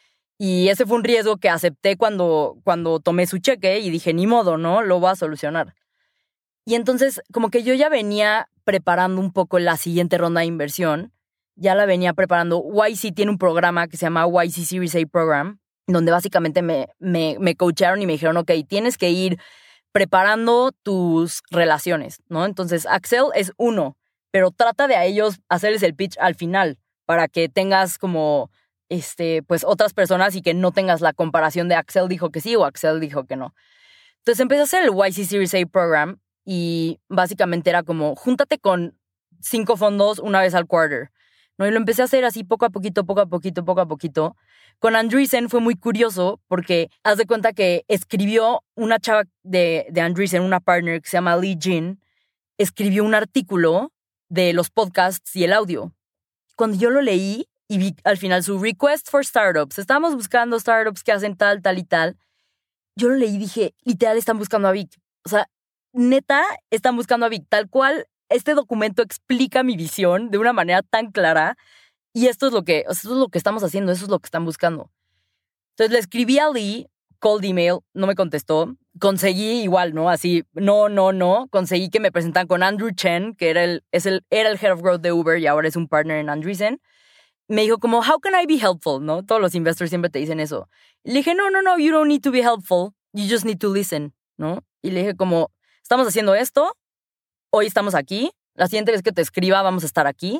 Y ese fue un riesgo que acepté cuando, cuando tomé su cheque y dije, ni modo, ¿no? Lo voy a solucionar. Y entonces, como que yo ya venía preparando un poco la siguiente ronda de inversión. Ya la venía preparando. Y C tiene un programa que se llama Y C Series A Program, donde básicamente me, me, me coacharon y me dijeron, ok, tienes que ir preparando tus relaciones, ¿no? Entonces, Accel es uno, pero trata de a ellos hacerles el pitch al final para que tengas como, este, pues, otras personas y que no tengas la comparación de Accel dijo que sí o Accel dijo que no. Entonces, empecé a hacer el Y C Series A Program y básicamente era como, júntate con cinco fondos una vez al quarter, ¿no? Y lo empecé a hacer así poco a poquito, poco a poquito, poco a poquito. Con Andreessen fue muy curioso porque haz de cuenta que escribió una chava de, de Andreessen, una partner que se llama Lee Jin, escribió un artículo de los podcasts y el audio. Cuando yo lo leí y vi al final su request for startups, estábamos buscando startups que hacen tal, tal y tal, yo lo leí y dije, literal están buscando a Vic. O sea, neta están buscando a Vic, tal cual. Este documento explica mi visión de una manera tan clara y esto es lo que, esto es lo que estamos haciendo, eso es lo que están buscando. Entonces le escribí a Lee, cold email, no me contestó. Conseguí igual, ¿no? Así, no, no, no. Conseguí que me presentaran con Andrew Chen, que era el, es el, era el Head of Growth de Uber y ahora es un partner en Andreessen. Me dijo como, how can I be helpful? ¿No? Todos los investors siempre te dicen eso. Y le dije, no, no, no, you don't need to be helpful. You just need to listen, ¿no? Y le dije como, estamos haciendo esto. Hoy estamos aquí, la siguiente vez que te escriba vamos a estar aquí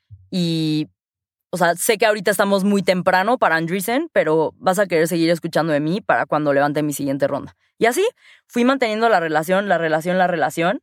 y, o sea, sé que ahorita estamos muy temprano para Andreessen, pero vas a querer seguir escuchando de mí para cuando levante mi siguiente ronda. Y así fui manteniendo la relación, la relación, la relación,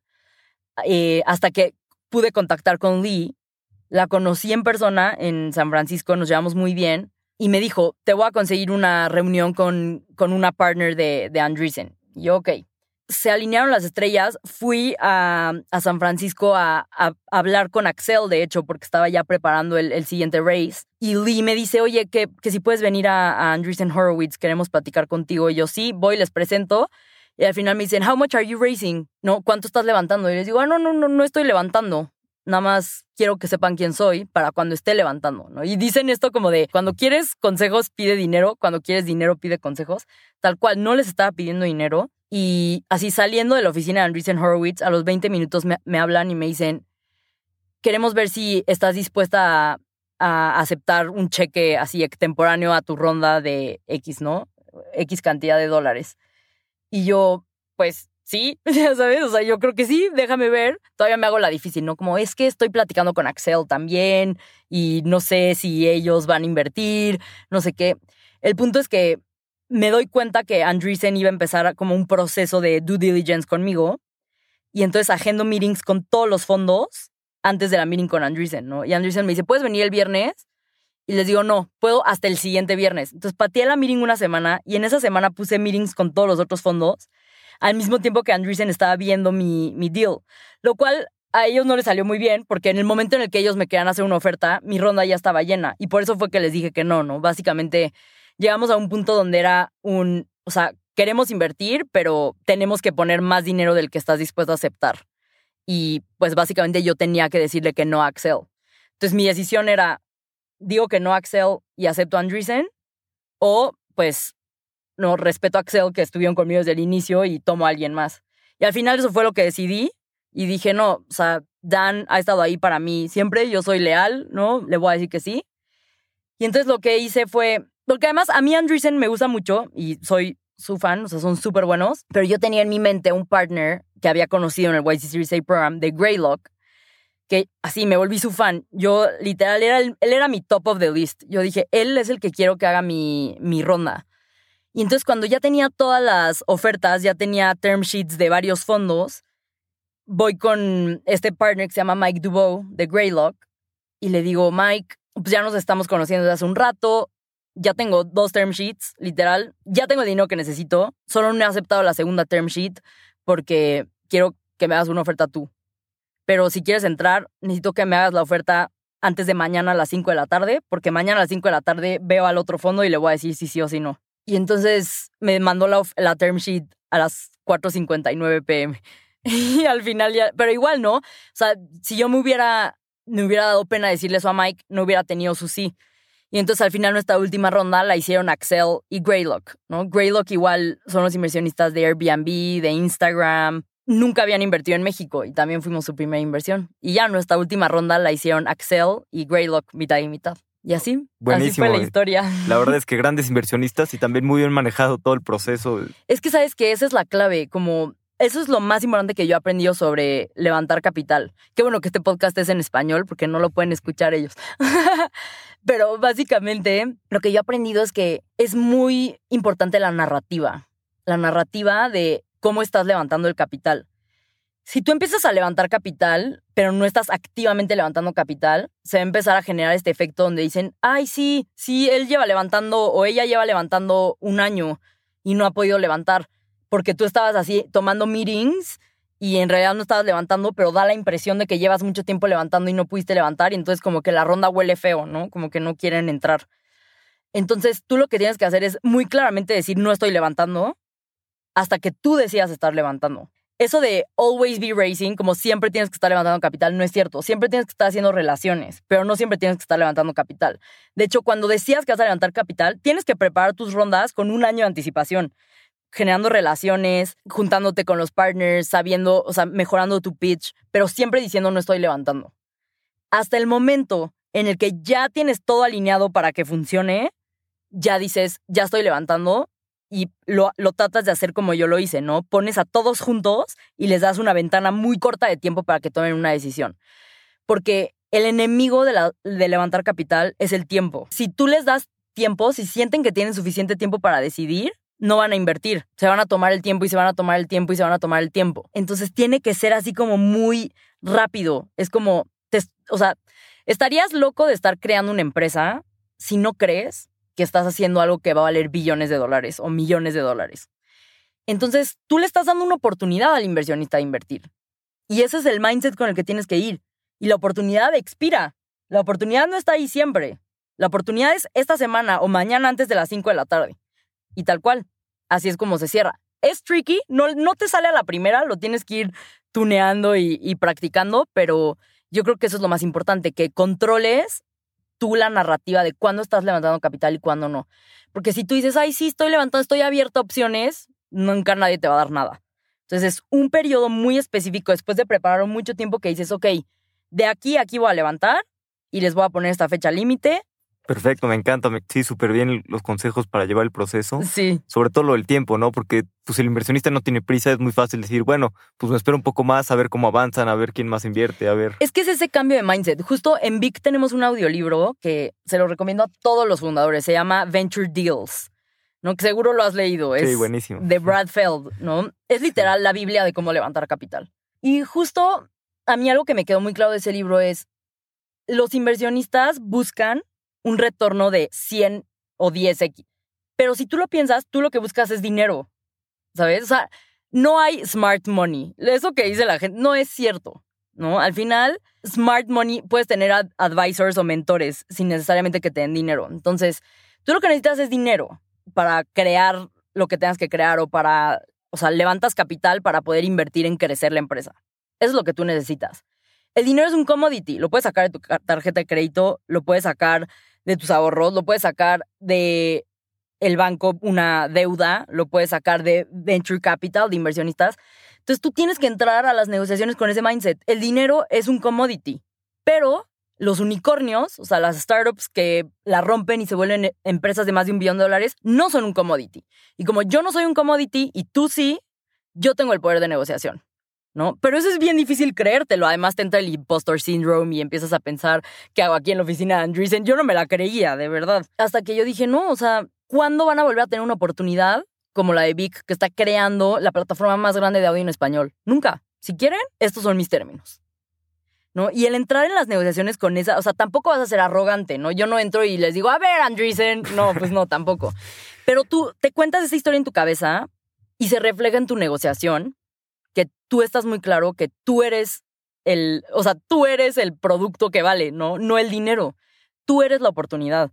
eh, hasta que pude contactar con Lee. La conocí en persona en San Francisco, nos llevamos muy bien y me dijo, te voy a conseguir una reunión con, con una partner de, de Andreessen. Y yo, ok. Se alinearon las estrellas, fui a, a San Francisco a, a, a hablar con Accel, de hecho, porque estaba ya preparando el, el siguiente race. Y Lee me dice, oye, que, que si puedes venir a, a Andreessen Horowitz, queremos platicar contigo. Y yo, sí, voy, les presento. Y al final me dicen, how much are you raising? ¿No? ¿Cuánto estás levantando? Y les digo, ah, no, no, no, no estoy levantando. Nada más quiero que sepan quién soy para cuando esté levantando, ¿no? Y dicen esto como de, cuando quieres consejos, pide dinero. Cuando quieres dinero, pide consejos. Tal cual, no les estaba pidiendo dinero. Y así saliendo de la oficina de Andreessen Horowitz, a los veinte minutos me, me hablan y me dicen, queremos ver si estás dispuesta a, a aceptar un cheque así extemporáneo a tu ronda de X, ¿no? X cantidad de dólares. Y yo, pues, sí, ya sabes, o sea, yo creo que sí, déjame ver. Todavía me hago la difícil, ¿no? Como es que estoy platicando con Accel también y no sé si ellos van a invertir, no sé qué. El punto es que me doy cuenta que Andreessen iba a empezar como un proceso de due diligence conmigo y entonces agendo meetings con todos los fondos antes de la meeting con Andreessen, ¿no? Y Andreessen me dice, ¿puedes venir el viernes? Y les digo, no, puedo hasta el siguiente viernes. Entonces pateé la meeting una semana y en esa semana puse meetings con todos los otros fondos al mismo tiempo que Andreessen estaba viendo mi, mi deal, lo cual a ellos no les salió muy bien porque en el momento en el que ellos me querían hacer una oferta, mi ronda ya estaba llena y por eso fue que les dije que no, ¿no? Básicamente llegamos a un punto donde era un, o sea, queremos invertir, pero tenemos que poner más dinero del que estás dispuesto a aceptar. Y pues básicamente yo tenía que decirle que no a Accel. Entonces mi decisión era, digo que no a Accel y acepto a Andreessen, o pues no, respeto a Accel que estuvieron conmigo desde el inicio y tomo a alguien más. Y al final eso fue lo que decidí y dije, no, o sea, Dan ha estado ahí para mí siempre, yo soy leal, ¿no? Le voy a decir que sí. Y entonces lo que hice fue, porque además a mí Andreessen me gusta mucho y soy su fan, o sea, son súper buenos, pero yo tenía en mi mente un partner que había conocido en el Y C Series A Program de Greylock, que así me volví su fan. Yo, literal, era el, él era mi top of the list. Yo dije, él es el que quiero que haga mi, mi ronda. Y entonces cuando ya tenía todas las ofertas, ya tenía term sheets de varios fondos, voy con este partner que se llama Mike Dubow de Greylock y le digo, Mike, pues ya nos estamos conociendo desde hace un rato, ya tengo dos term sheets, literal, ya tengo el dinero que necesito, solo no he aceptado la segunda term sheet porque quiero que me hagas una oferta tú. Pero si quieres entrar, necesito que me hagas la oferta antes de mañana a las cinco de la tarde, porque mañana a las cinco de la tarde veo al otro fondo y le voy a decir si sí o si no. Y entonces me mandó la, la term sheet a las cuatro cincuenta y nueve pm. Y al final ya, pero igual no. O sea, si yo me hubiera, me hubiera dado pena decirle eso a Mike, no hubiera tenido su sí. Y entonces al final nuestra última ronda la hicieron Accel y Greylock, ¿no? Greylock igual son los inversionistas de Airbnb, de Instagram. nunca habían invertido en México y también fuimos su primera inversión. Y ya nuestra última ronda la hicieron Accel y Greylock mitad y mitad. Y así, Buenísimo. así fue la historia. La verdad es que grandes inversionistas y también muy bien manejado todo el proceso. Es que sabes que esa es la clave, como eso es lo más importante que yo he aprendido sobre levantar capital. Qué bueno que este podcast es en español porque no lo pueden escuchar ellos. Pero básicamente lo que yo he aprendido es que es muy importante la narrativa. La narrativa de cómo estás levantando el capital. Si tú empiezas a levantar capital, pero no estás activamente levantando capital, se va a empezar a generar este efecto donde dicen, ay, sí, sí, él lleva levantando o ella lleva levantando un año y no ha podido levantar porque tú estabas así tomando meetings y en realidad no estabas levantando, pero da la impresión de que llevas mucho tiempo levantando y no pudiste levantar y entonces como que la ronda huele feo, ¿no? Como que no quieren entrar. Entonces tú lo que tienes que hacer es muy claramente decir, no estoy levantando hasta que tú decidas estar levantando. Eso de always be raising, como siempre tienes que estar levantando capital, no es cierto. Siempre tienes que estar haciendo relaciones, pero no siempre tienes que estar levantando capital. De hecho, cuando decías que vas a levantar capital, tienes que preparar tus rondas con un año de anticipación, generando relaciones, juntándote con los partners, sabiendo, o sea, mejorando tu pitch, pero siempre diciendo no estoy levantando. Hasta el momento en el que ya tienes todo alineado para que funcione, ya dices, ya estoy levantando. Y lo, lo tratas de hacer como yo lo hice, ¿no? Pones a todos juntos y les das una ventana muy corta de tiempo para que tomen una decisión. Porque el enemigo de, la, de levantar capital es el tiempo. Si tú les das tiempo, si sienten que tienen suficiente tiempo para decidir, no van a invertir. Se van a tomar el tiempo y se van a tomar el tiempo y se van a tomar el tiempo. Entonces tiene que ser así como muy rápido. Es como, te, o sea, estarías loco de estar creando una empresa si no crees que estás haciendo algo que va a valer billones de dólares o millones de dólares. Entonces, tú le estás dando una oportunidad al inversionista de invertir. Y ese es el mindset con el que tienes que ir. Y la oportunidad expira. La oportunidad no está ahí siempre. La oportunidad es esta semana o mañana antes de las cinco de la tarde. Y tal cual. Así es como se cierra. Es tricky, no, no te sale a la primera, lo tienes que ir tuneando y, y practicando, pero yo creo que eso es lo más importante, que controles tú la narrativa de cuándo estás levantando capital y cuándo no. Porque si tú dices, ay, sí, estoy levantando, estoy abierto a opciones, nunca nadie te va a dar nada. Entonces es un periodo muy específico después de preparar mucho tiempo que dices, ok, de aquí a aquí voy a levantar y les voy a poner esta fecha límite. Perfecto, me encanta. Sí, súper bien los consejos para llevar el proceso. Sí. Sobre todo lo del tiempo, ¿no? Porque pues, el inversionista no tiene prisa, es muy fácil decir, bueno, pues me espero un poco más, a ver cómo avanzan, a ver quién más invierte, a ver. Es que es ese cambio de mindset. Justo en Vic tenemos un audiolibro que se lo recomiendo a todos los fundadores. Se llama Venture Deals, ¿no? Que seguro lo has leído. Es sí, buenísimo. De Brad Feld, ¿no? Es literal la Biblia de cómo levantar capital. Y justo a mí algo que me quedó muy claro de ese libro es los inversionistas buscan un retorno de cien o diez equis. Pero si tú lo piensas, tú lo que buscas es dinero, ¿sabes? O sea, no hay smart money. Eso que dice la gente no es cierto, ¿no? Al final, smart money, puedes tener ad- advisors o mentores sin necesariamente que te den dinero. Entonces, tú lo que necesitas es dinero para crear lo que tengas que crear o para, o sea, levantas capital para poder invertir en crecer la empresa. Eso es lo que tú necesitas. El dinero es un commodity. Lo puedes sacar de tu tarjeta de crédito, lo puedes sacar de tus ahorros, lo puedes sacar de el banco, una deuda, lo puedes sacar de venture capital, de inversionistas. Entonces tú tienes que entrar a las negociaciones con ese mindset. El dinero es un commodity, pero los unicornios, o sea, las startups que la rompen y se vuelven empresas de más de un billón de dólares, no son un commodity. Y como yo no soy un commodity y tú sí, yo tengo el poder de negociación, ¿no? Pero eso es bien difícil creértelo. Además te entra el impostor syndrome y empiezas a pensar ¿qué hago aquí en la oficina de Andreessen? Yo no me la creía, de verdad. Hasta que yo dije, no, o sea, ¿cuándo van a volver a tener una oportunidad como la de Vic, que está creando la plataforma más grande de audio en español? Nunca. Si quieren, estos son mis términos, ¿no? Y el entrar en las negociaciones con esa, o sea, tampoco vas a ser arrogante, ¿no? Yo no entro y les digo, a ver, Andreessen. No, pues no, tampoco. Pero tú te cuentas esa historia en tu cabeza y se refleja en tu negociación, que tú estás muy claro que tú eres el, o sea, tú eres el producto que vale, ¿no? No el dinero. Tú eres la oportunidad.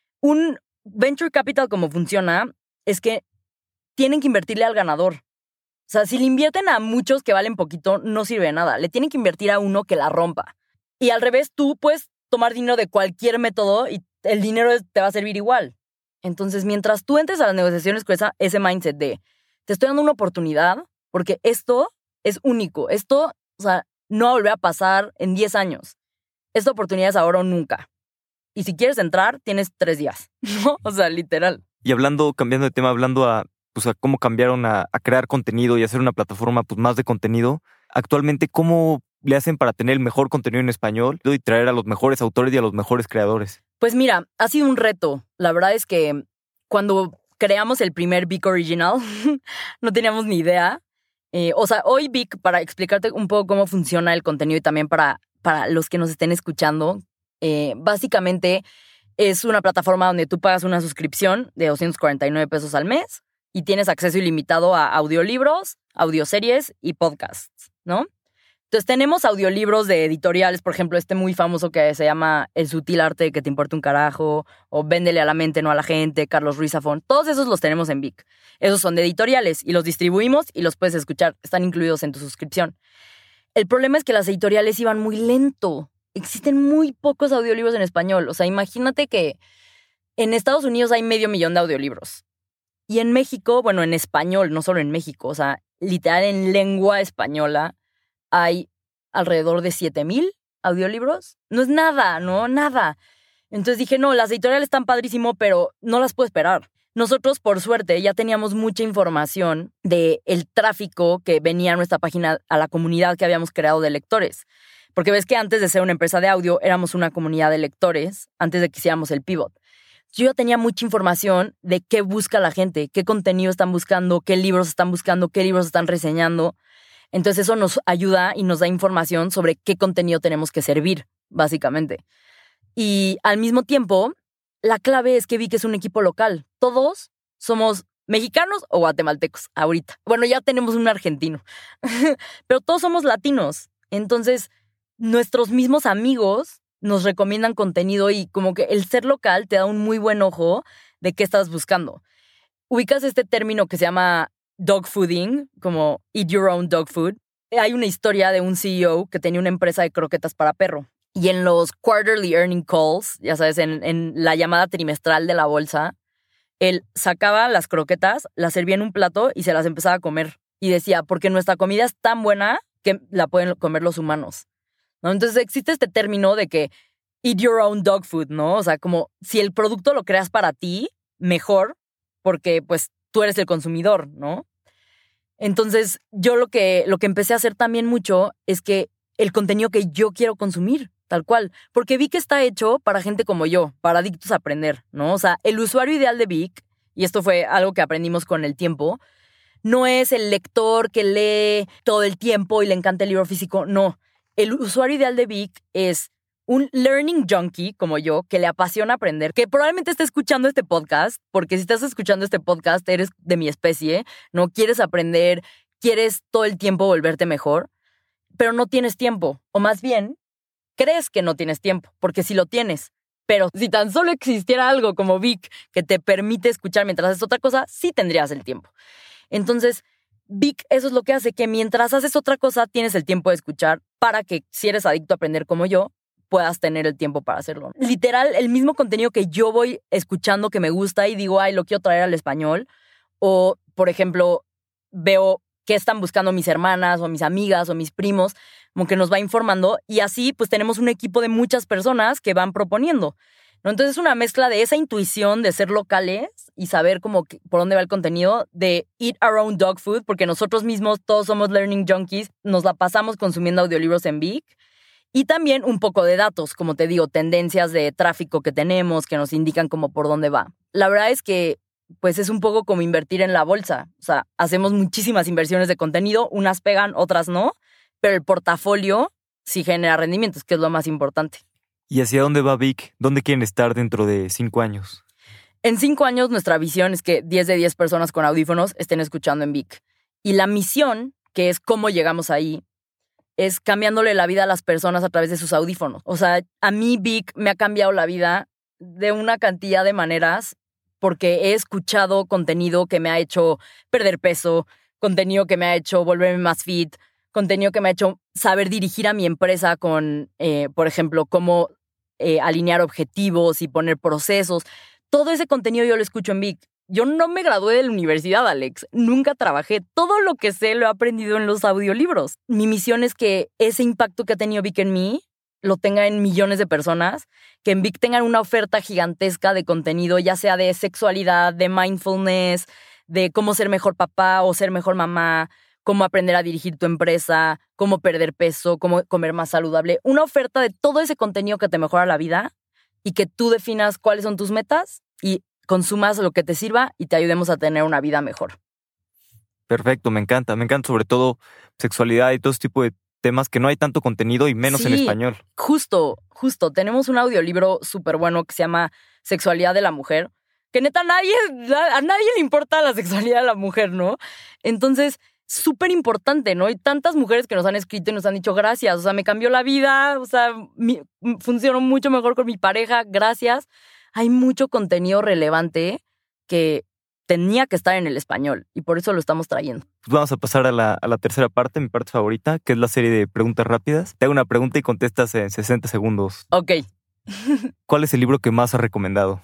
Un venture capital, como funciona, es que tienen que invertirle al ganador. O sea, si le invierten a muchos que valen poquito, no sirve de nada. Le tienen que invertir a uno que la rompa. Y al revés, tú puedes tomar dinero de cualquier método y el dinero te va a servir igual. Entonces, mientras tú entres a las negociaciones con esa, ese mindset de te estoy dando una oportunidad, porque esto es único. Esto, o sea, no va a volver a pasar en diez años. Esta oportunidad es ahora o nunca. Y si quieres entrar, tienes tres días, ¿no? O sea, literal. Y hablando, cambiando de tema, hablando a, pues, a cómo cambiaron a, a crear contenido y hacer una plataforma pues, más de contenido, actualmente, ¿cómo le hacen para tener el mejor contenido en español y traer a los mejores autores y a los mejores creadores? Pues mira, ha sido un reto. La verdad es que cuando creamos el primer Vic Original, no teníamos ni idea. Eh, o sea, hoy Vic, para explicarte un poco cómo funciona el contenido y también para, para los que nos estén escuchando, eh, básicamente es una plataforma donde tú pagas una suscripción de doscientos cuarenta y nueve pesos al mes y tienes acceso ilimitado a audiolibros, audioseries y podcasts, ¿no? Entonces tenemos audiolibros de editoriales, por ejemplo, este muy famoso que se llama El sutil arte de que te importa un carajo, o Véndele a la mente, no a la gente, Carlos Ruiz Zafón. Todos esos los tenemos en Vic. Esos son de editoriales y los distribuimos y los puedes escuchar. Están incluidos en tu suscripción. El problema es que las editoriales iban muy lento. Existen muy pocos audiolibros en español. O sea, imagínate que en Estados Unidos hay medio millón de audiolibros. Y en México, bueno, en español, no solo en México, o sea, literal en lengua española, hay alrededor de siete mil audiolibros. No es nada, ¿no? Nada. Entonces dije, no, las editoriales están padrísimo, pero no las puedo esperar. Nosotros, por suerte, ya teníamos mucha información del tráfico que venía a nuestra página, a la comunidad que habíamos creado de lectores. Porque ves que antes de ser una empresa de audio, éramos una comunidad de lectores, antes de que hiciéramos el pivot. Yo ya tenía mucha información de qué busca la gente, qué contenido están buscando, qué libros están buscando, qué libros están reseñando. Entonces eso nos ayuda y nos da información sobre qué contenido tenemos que servir, básicamente. Y al mismo tiempo, la clave es que vi que es un equipo local. Todos somos mexicanos o guatemaltecos ahorita. Bueno, ya tenemos un argentino, pero todos somos latinos. Entonces, nuestros mismos amigos nos recomiendan contenido y como que el ser local te da un muy buen ojo de qué estás buscando. Ubicas este término que se llama dog fooding, como eat your own dog food. Hay una historia de un C E O que tenía una empresa de croquetas para perro. Y en los quarterly earning calls, ya sabes, en, en la llamada trimestral de la bolsa, él sacaba las croquetas, las servía en un plato y se las empezaba a comer. Y decía, porque nuestra comida es tan buena que la pueden comer los humanos, ¿no? Entonces existe este término de que eat your own dog food, ¿no? O sea, como si el producto lo creas para ti, mejor, porque pues tú eres el consumidor, ¿no? Entonces, yo lo que, lo que empecé a hacer también mucho es que el contenido que yo quiero consumir, tal cual, porque vi que está hecho para gente como yo, para adictos a aprender, ¿no? O sea, el usuario ideal de Vic, y esto fue algo que aprendimos con el tiempo, no es el lector que lee todo el tiempo y le encanta el libro físico, no. El usuario ideal de Vic es un learning junkie como yo, que le apasiona aprender, que probablemente esté escuchando este podcast, porque si estás escuchando este podcast eres de mi especie, ¿no? Quieres aprender, quieres todo el tiempo volverte mejor, pero no tienes tiempo. O más bien, crees que no tienes tiempo, porque sí lo tienes. Pero si tan solo existiera algo como Vic que te permite escuchar mientras haces otra cosa, sí tendrías el tiempo. Entonces, Vic, eso es lo que hace que mientras haces otra cosa, tienes el tiempo de escuchar para que, si eres adicto a aprender como yo, puedas tener el tiempo para hacerlo. Literal, el mismo contenido que yo voy escuchando que me gusta y digo, ay, lo quiero traer al español. O, por ejemplo, veo qué están buscando mis hermanas o mis amigas o mis primos, como que nos va informando. Y así, pues, tenemos un equipo de muchas personas que van proponiendo, ¿no? Entonces, es una mezcla de esa intuición de ser locales y saber como que, por dónde va el contenido, de eat our own dog food, porque nosotros mismos todos somos learning junkies, nos la pasamos consumiendo audiolibros en Vic. Y también un poco de datos, como te digo, tendencias de tráfico que tenemos que nos indican como por dónde va. La verdad es que pues es un poco como invertir en la bolsa. O sea, hacemos muchísimas inversiones de contenido, unas pegan, otras no, pero el portafolio sí genera rendimientos, que es lo más importante. ¿Y hacia dónde va Vic? ¿Dónde quieren estar dentro de cinco años? En cinco años nuestra visión es que diez de diez personas con audífonos estén escuchando en Vic. Y la misión, que es cómo llegamos ahí, es cambiándole la vida a las personas a través de sus audífonos. O sea, a mí Vic me ha cambiado la vida de una cantidad de maneras porque he escuchado contenido que me ha hecho perder peso, contenido que me ha hecho volverme más fit, contenido que me ha hecho saber dirigir a mi empresa con, eh, por ejemplo, cómo eh, alinear objetivos y poner procesos. Todo ese contenido yo lo escucho en Vic. yo no me gradué de la universidad, Alex. Nunca trabajé. Todo lo que sé lo he aprendido en los audiolibros. Mi misión es que ese impacto que ha tenido Vic en mí lo tenga en millones de personas, que en Vic tengan una oferta gigantesca de contenido, ya sea de sexualidad, de mindfulness, de cómo ser mejor papá o ser mejor mamá, cómo aprender a dirigir tu empresa, cómo perder peso, cómo comer más saludable. Una oferta de todo ese contenido que te mejora la vida y que tú definas cuáles son tus metas y consumas lo que te sirva y te ayudemos a tener una vida mejor. Perfecto, me encanta. Me encanta sobre todo sexualidad y todo ese tipo de temas que no hay tanto contenido y menos Sí, en español. Justo, justo. Tenemos un audiolibro súper bueno que se llama Sexualidad de la Mujer, que neta nadie, a nadie le importa la sexualidad de la mujer, ¿no? Entonces, súper importante, ¿no? Y tantas mujeres que nos han escrito y nos han dicho gracias, o sea, me cambió la vida, o sea, mi, funcionó mucho mejor con mi pareja, gracias. Hay mucho contenido relevante que tenía que estar en el español y por eso lo estamos trayendo. Pues vamos a pasar a la, a la tercera parte, mi parte favorita, que es la serie de preguntas rápidas. Te hago una pregunta y contestas en sesenta segundos. Ok. ¿Cuál es el libro que más has recomendado?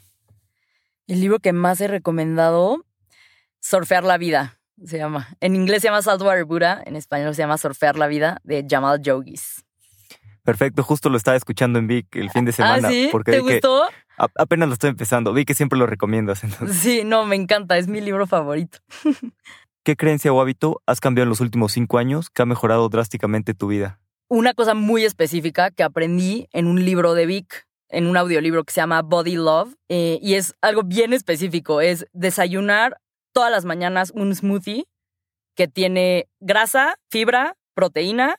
El libro que más he recomendado, Surfear la vida, se llama. En inglés se llama Saltwater Buddha, en español se llama Surfear la vida, de Jamal Yogis. Perfecto, justo lo estaba escuchando en Vic el fin de semana. ¿Ah, sí? Porque ¿Te vi que gustó? a- apenas lo estoy empezando. Vi que siempre lo recomiendas. Entonces. Sí, no, me encanta, es mi libro favorito. ¿Qué creencia o hábito has cambiado en los últimos cinco años que ha mejorado drásticamente tu vida? Una cosa muy específica que aprendí en un libro de Vic, en un audiolibro que se llama Body Love, eh, y es algo bien específico, es desayunar todas las mañanas un smoothie que tiene grasa, fibra, proteína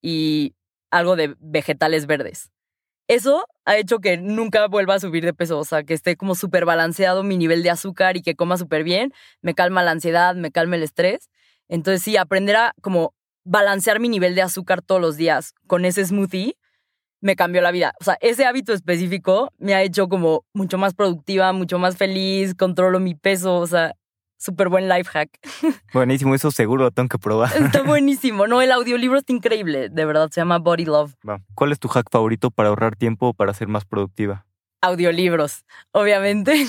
y algo de vegetales verdes. Eso ha hecho que nunca vuelva a subir de peso, o sea, que esté como súper balanceado mi nivel de azúcar y que coma súper bien, me calma la ansiedad, me calma el estrés. Entonces sí, aprender a como balancear mi nivel de azúcar todos los días con ese smoothie me cambió la vida. O sea, ese hábito específico me ha hecho como mucho más productiva, mucho más feliz, controlo mi peso, o sea, súper buen life hack. Buenísimo, eso seguro lo tengo que probar. Está buenísimo, ¿no? El audiolibro está increíble, de verdad, se llama Body Love. Va. ¿Cuál es tu hack favorito para ahorrar tiempo o para ser más productiva? Audiolibros, obviamente.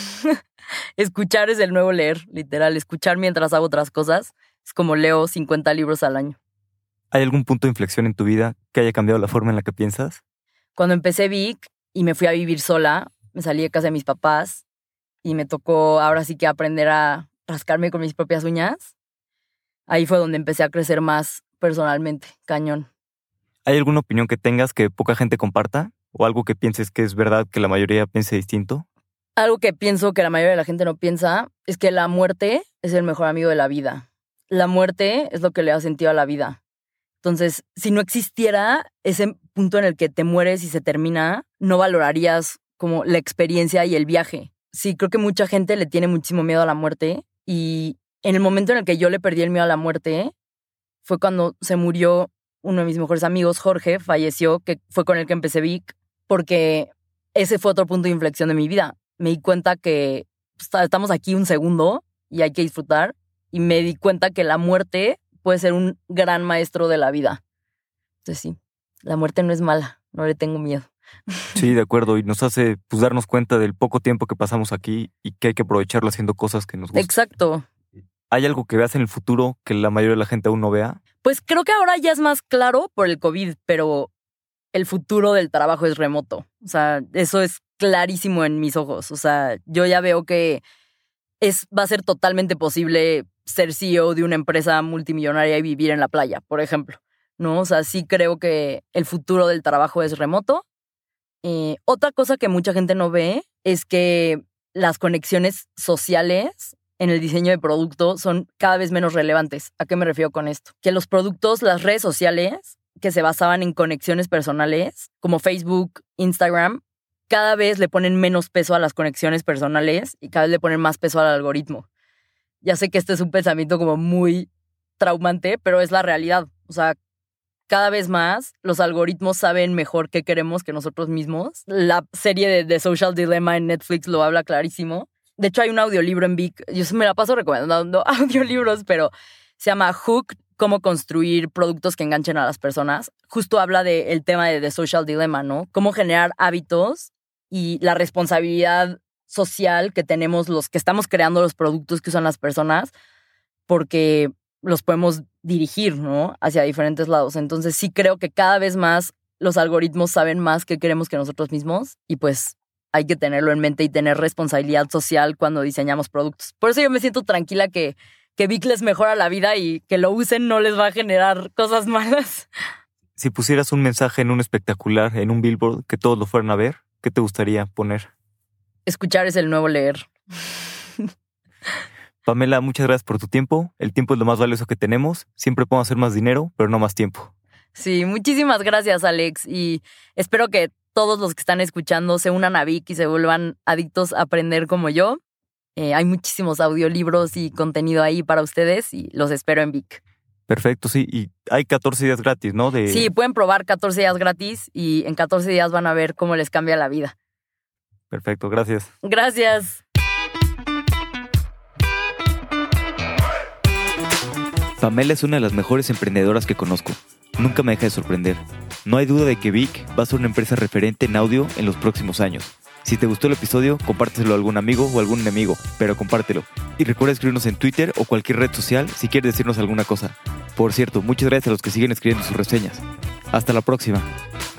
Escuchar es el nuevo leer, literal. Escuchar mientras hago otras cosas. Es como leo cincuenta libros al año. ¿Hay algún punto de inflexión en tu vida que haya cambiado la forma en la que piensas? Cuando empecé Vic y me fui a vivir sola, me salí de casa de mis papás y me tocó ahora sí que aprender a rascarme con mis propias uñas. Ahí fue donde empecé a crecer más personalmente, cañón. ¿Hay alguna opinión que tengas que poca gente comparta? ¿O algo que pienses que es verdad que la mayoría piense distinto? Algo que pienso que la mayoría de la gente no piensa es que la muerte es el mejor amigo de la vida. La muerte es lo que le da sentido a la vida. Entonces, si no existiera ese punto en el que te mueres y se termina, no valorarías como la experiencia y el viaje. Sí, creo que mucha gente le tiene muchísimo miedo a la muerte y en el momento en el que yo le perdí el miedo a la muerte fue cuando se murió uno de mis mejores amigos, Jorge, falleció, que fue con el que empecé Vic, porque ese fue otro punto de inflexión de mi vida. Me di cuenta que pues, estamos aquí un segundo y hay que disfrutar y me di cuenta que la muerte puede ser un gran maestro de la vida. Entonces sí, la muerte no es mala, no le tengo miedo. Sí, de acuerdo, y nos hace pues, darnos cuenta del poco tiempo que pasamos aquí y que hay que aprovecharlo haciendo cosas que nos gustan. Exacto. ¿Hay algo que veas en el futuro que la mayoría de la gente aún no vea? Pues creo que ahora ya es más claro por el COVID, pero el futuro del trabajo es remoto. O sea, eso es clarísimo en mis ojos. O sea, yo ya veo que es, va a ser totalmente posible ser C E O de una empresa multimillonaria y vivir en la playa, por ejemplo, ¿no? O sea, sí creo que el futuro del trabajo es remoto. Eh, otra cosa que mucha gente no ve es que las conexiones sociales en el diseño de producto son cada vez menos relevantes. ¿A qué me refiero con esto? Que los productos, las redes sociales que se basaban en conexiones personales, como Facebook, Instagram, cada vez le ponen menos peso a las conexiones personales y cada vez le ponen más peso al algoritmo. Ya sé que este es un pensamiento como muy traumante, pero es la realidad. O sea, cada vez más los algoritmos saben mejor qué queremos que nosotros mismos. La serie de The Social Dilemma en Netflix lo habla clarísimo. De hecho, hay un audiolibro en Vic. Yo me la paso recomendando audiolibros, pero se llama Hook, cómo construir productos que enganchen a las personas. Justo habla del tema de The Social Dilemma, ¿no? Cómo generar hábitos y la responsabilidad social que tenemos los que estamos creando los productos que usan las personas, porque los podemos dirigir, ¿no? Hacia diferentes lados. Entonces sí creo que cada vez más los algoritmos saben más qué queremos que nosotros mismos y pues hay que tenerlo en mente y tener responsabilidad social cuando diseñamos productos. Por eso yo me siento tranquila que, que Vic les mejora la vida y que lo usen no les va a generar cosas malas. Si pusieras un mensaje en un espectacular, en un billboard, que todos lo fueran a ver, ¿qué te gustaría poner? Escuchar es el nuevo leer. Pamela, muchas gracias por tu tiempo. El tiempo es lo más valioso que tenemos. Siempre podemos hacer más dinero, pero no más tiempo. Sí, muchísimas gracias, Alex. Y espero que todos los que están escuchando se unan a Vic y se vuelvan adictos a aprender como yo. Eh, hay muchísimos audiolibros y contenido ahí para ustedes y los espero en Vic. Perfecto, sí. Y hay catorce días gratis, ¿no? De... Sí, pueden probar catorce días gratis y en catorce días van a ver cómo les cambia la vida. Perfecto, gracias. Gracias. Pamela es una de las mejores emprendedoras que conozco. Nunca me deja de sorprender. No hay duda de que Vic va a ser una empresa referente en audio en los próximos años. Si te gustó el episodio, compárteselo a algún amigo o algún enemigo, pero compártelo. Y recuerda escribirnos en Twitter o cualquier red social si quieres decirnos alguna cosa. Por cierto, muchas gracias a los que siguen escribiendo sus reseñas. Hasta la próxima.